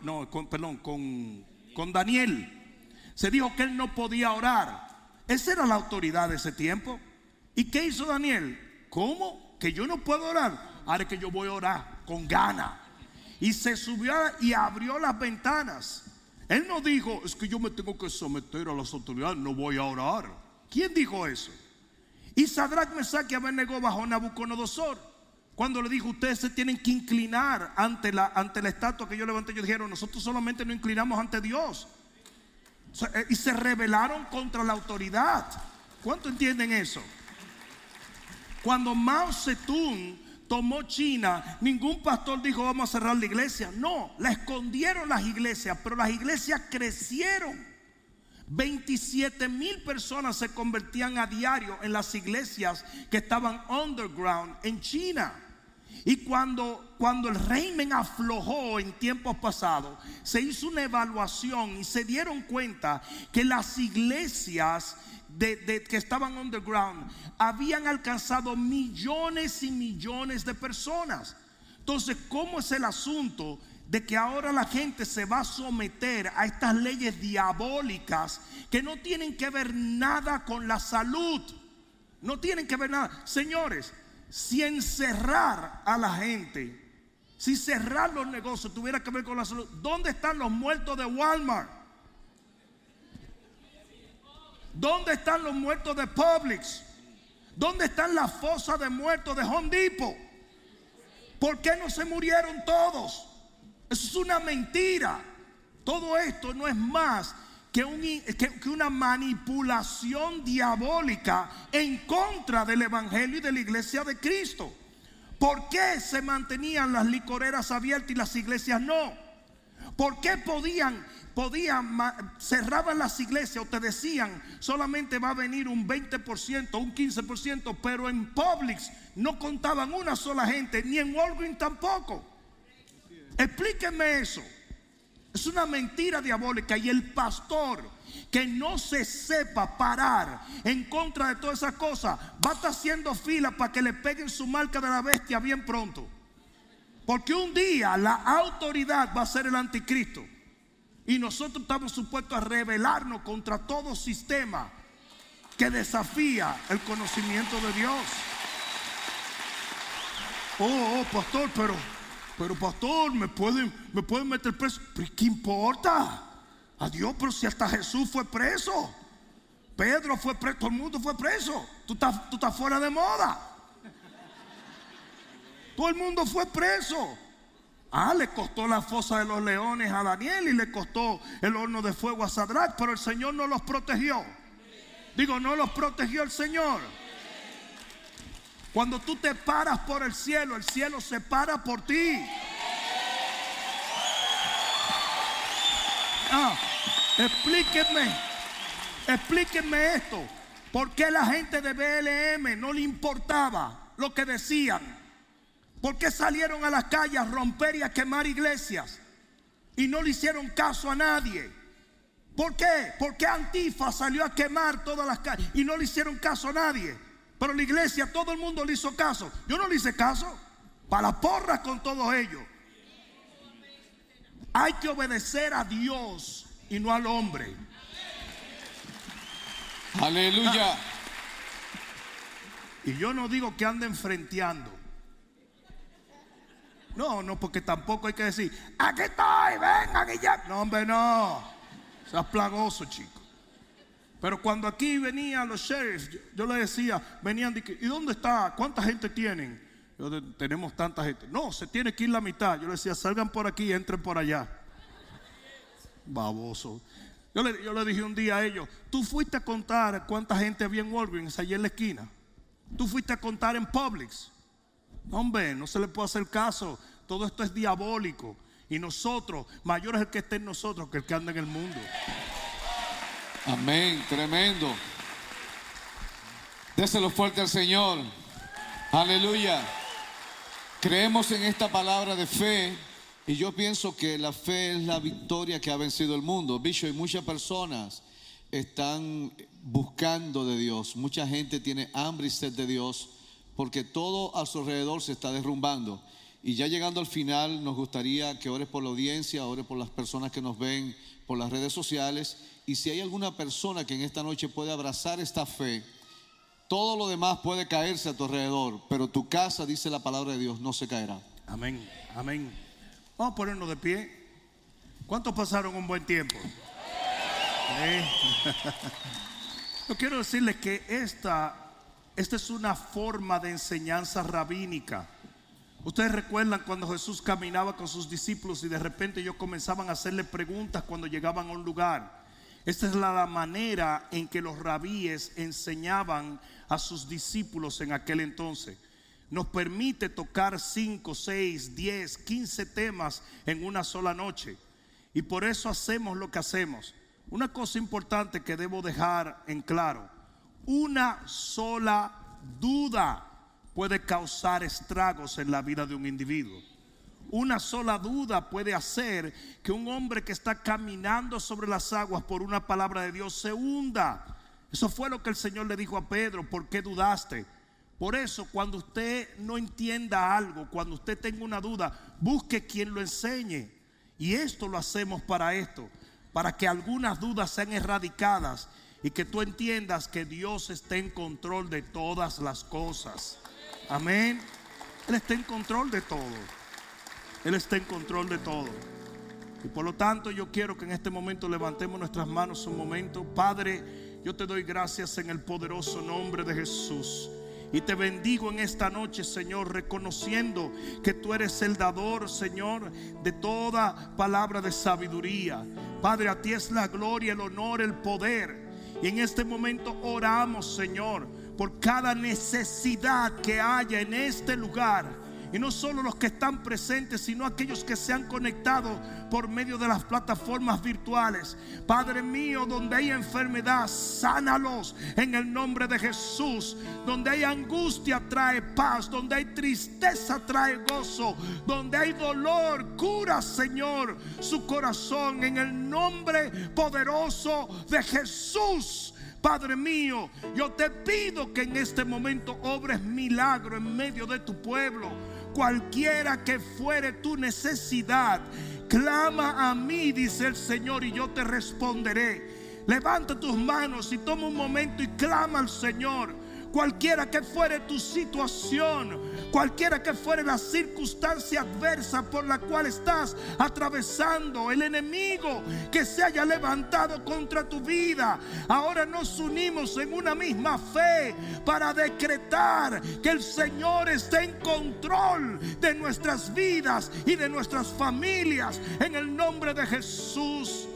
con Daniel, se dijo que él no podía orar. Esa era la autoridad de ese tiempo. ¿Y qué hizo Daniel? ¿Cómo? ¿Que yo no puedo orar? Ahora es que yo voy a orar con ganas. Y se subió y abrió las ventanas. Él no dijo, es que yo me tengo que someter a las autoridades, no voy a orar. ¿Quién dijo eso? Y Sadrach, Mesach y Abednego bajó Nabucodonosor. Cuando le dijo, ustedes se tienen que inclinar ante la estatua que yo levanté, ellos dijeron, nosotros solamente nos inclinamos ante Dios. Y se rebelaron contra la autoridad. ¿Cuánto entienden eso? Cuando Mao Zedong tomó China, ningún pastor dijo vamos a cerrar la iglesia. No, la escondieron las iglesias, pero las iglesias crecieron. 27,000 personas se convertían a diario en las iglesias que estaban underground en China. Y cuando el régimen aflojó en tiempos pasados, se hizo una evaluación y se dieron cuenta que las iglesias que estaban underground habían alcanzado millones y millones de personas. Entonces, ¿cómo es el asunto de que ahora la gente se va a someter a estas leyes diabólicas que no tienen que ver nada con la salud? No tienen que ver nada. Señores, si encerrar a la gente, si cerrar los negocios tuviera que ver con la salud, ¿dónde están los muertos de Walmart? ¿Dónde están los muertos de Publix? ¿Dónde están las fosas de muertos de Home Depot? ¿Por qué no se murieron todos? Eso es una mentira. Todo esto no es más que una manipulación diabólica en contra del evangelio y de la iglesia de Cristo. ¿Por qué se mantenían las licoreras abiertas y las iglesias no? ¿Por qué cerraban las iglesias o te decían solamente va a venir un 20%, un 15%, pero en Publix no contaban una sola gente, ni en Walgreens tampoco? Explíquenme eso. Es una mentira diabólica. Y el pastor que no se sepa parar en contra de todas esas cosas va a estar haciendo fila para que le peguen su marca de la bestia bien pronto. Porque un día la autoridad va a ser el anticristo. Y nosotros estamos supuestos a rebelarnos contra todo sistema que desafía el conocimiento de Dios. Pastor, pero pastor, me pueden meter preso. ¿Pero qué importa? Adiós, pero si hasta Jesús fue preso, Pedro fue preso, todo el mundo fue preso. Tú estás fuera de moda. Todo el mundo fue preso. Le costó la fosa de los leones a Daniel y le costó el horno de fuego a Sadrach, pero el Señor no los protegió. Digo, no los protegió el Señor. Cuando tú te paras por el cielo se para por ti. Explíquenme esto. ¿Por qué la gente de BLM no le importaba lo que decían? ¿Por qué salieron a las calles a romper y a quemar iglesias y no le hicieron caso a nadie? ¿Por qué? ¿Por qué Antifa salió a quemar todas las calles y no le hicieron caso a nadie? Pero la iglesia, todo el mundo le hizo caso. Yo no le hice caso. Para la porra con todos ellos. Hay que obedecer a Dios y no al hombre. Aleluya. Y yo no digo que anden frenteando. No, porque tampoco hay que decir, aquí estoy, vengan y ya. No, hombre, no. Seas plagoso, chico. Pero cuando aquí venían los sheriffs, yo les decía, venían de que, ¿y dónde está? ¿Cuánta gente tienen? Tenemos tanta gente. No, se tiene que ir la mitad. Yo les decía, salgan por aquí y entren por allá. Baboso. Yo le dije un día a ellos, tú fuiste a contar cuánta gente había en Walgreens allí en la esquina. Tú fuiste a contar en Publix. Hombre, no se le puede hacer caso. Todo esto es diabólico. Y nosotros, mayor es el que esté en nosotros que el que anda en el mundo. Amén, tremendo. Déselo fuerte al Señor. Aleluya. Creemos en esta palabra de fe. Y yo pienso que la fe es la victoria que ha vencido el mundo. Bicho, y muchas personas están buscando de Dios. Mucha gente tiene hambre y sed de Dios, porque todo a su alrededor se está derrumbando. Y ya llegando al final, nos gustaría que ores por la audiencia, ores por las personas que nos ven por las redes sociales. Y si hay alguna persona que en esta noche puede abrazar esta fe, todo lo demás puede caerse a tu alrededor, pero tu casa, dice la palabra de Dios, no se caerá. Amén, amén. Vamos a ponernos de pie. ¿Cuántos pasaron un buen tiempo? Yo quiero decirles que esta es una forma de enseñanza rabínica. Ustedes recuerdan cuando Jesús caminaba con sus discípulos y de repente ellos comenzaban a hacerle preguntas cuando llegaban a un lugar. Esta es la manera en que los rabíes enseñaban a sus discípulos en aquel entonces. Nos permite tocar 5, 6, 10, 15 temas en una sola noche. Y por eso hacemos lo que hacemos. Una cosa importante que debo dejar en claro: una sola duda puede causar estragos en la vida de un individuo. Una sola duda puede hacer que un hombre que está caminando sobre las aguas por una palabra de Dios se hunda. Eso fue lo que el Señor le dijo a Pedro: ¿por qué dudaste? Por eso, cuando usted no entienda algo, cuando usted tenga una duda, busque quien lo enseñe. Y esto lo hacemos para esto, para que algunas dudas sean erradicadas y que tú entiendas que Dios está en control de todas las cosas. Amén. Él está en control de todo. Él está en control de todo. Y por lo tanto yo quiero que en este momento levantemos nuestras manos un momento. Padre, yo te doy gracias en el poderoso nombre de Jesús. Y te bendigo en esta noche, Señor, reconociendo que tú eres el dador, Señor, de toda palabra de sabiduría. Padre, a ti es la gloria, el honor, el poder. Y en este momento oramos, Señor, por cada necesidad que haya en este lugar. Y no solo los que están presentes, sino aquellos que se han conectado por medio de las plataformas virtuales. Padre mío, donde hay enfermedad, sánalos en el nombre de Jesús. Donde hay angustia, trae paz. Donde hay tristeza, trae gozo. Donde hay dolor, cura, Señor, su corazón en el nombre poderoso de Jesús. Padre mío, yo te pido que en este momento obres milagro en medio de tu pueblo. Cualquiera que fuere tu necesidad, clama a mí, dice el Señor, y yo te responderé. Levanta tus manos y toma un momento y clama al Señor. cualquiera que fuere tu situación, cualquiera que fuere la circunstancia adversa por la cual estás atravesando, el enemigo que se haya levantado contra tu vida, ahora nos unimos en una misma fe para decretar que el Señor esté en control de nuestras vidas y de nuestras familias, en el nombre de Jesús.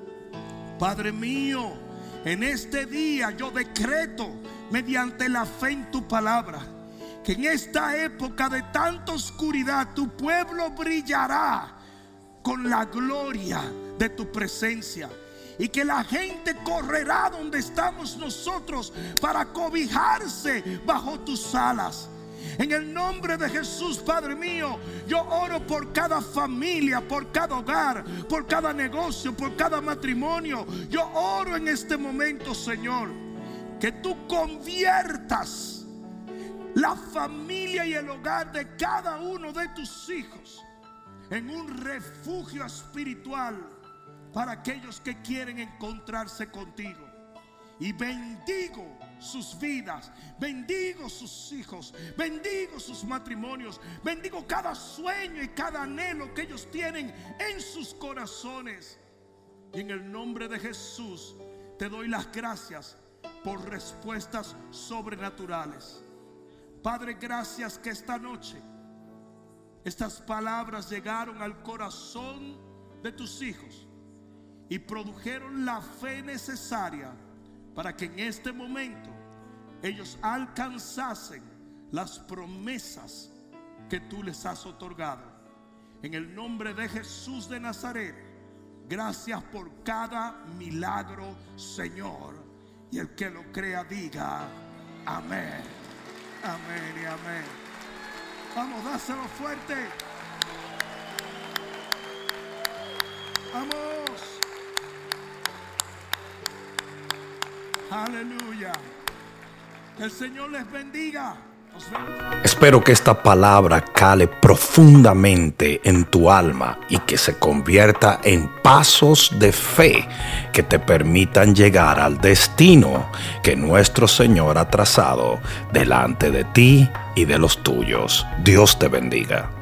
Padre mío, en este día yo decreto, mediante la fe en tu palabra, que en esta época de tanta oscuridad tu pueblo brillará con la gloria de tu presencia, y que la gente correrá donde estamos nosotros para cobijarse bajo tus alas. En el nombre de Jesús, Padre mío, yo oro por cada familia, por cada hogar, por cada negocio, por cada matrimonio. Yo oro en este momento, Señor, que tú conviertas la familia y el hogar de cada uno de tus hijos en un refugio espiritual para aquellos que quieren encontrarse contigo. Y bendigo sus vidas, bendigo sus hijos, bendigo sus matrimonios, bendigo cada sueño y cada anhelo que ellos tienen en sus corazones. Y en el nombre de Jesús te doy las gracias por respuestas sobrenaturales. Padre, gracias que esta noche estas palabras llegaron al corazón de tus hijos y produjeron la fe necesaria para que en este momento ellos alcanzasen las promesas que tú les has otorgado. En el nombre de Jesús de Nazaret, gracias por cada milagro, Señor. Y el que lo crea diga amén, amén y amén. Vamos, dáselo fuerte. Vamos. Aleluya. El Señor les bendiga. Espero que esta palabra cale profundamente en tu alma y que se convierta en pasos de fe que te permitan llegar al destino que nuestro Señor ha trazado delante de ti y de los tuyos. Dios te bendiga.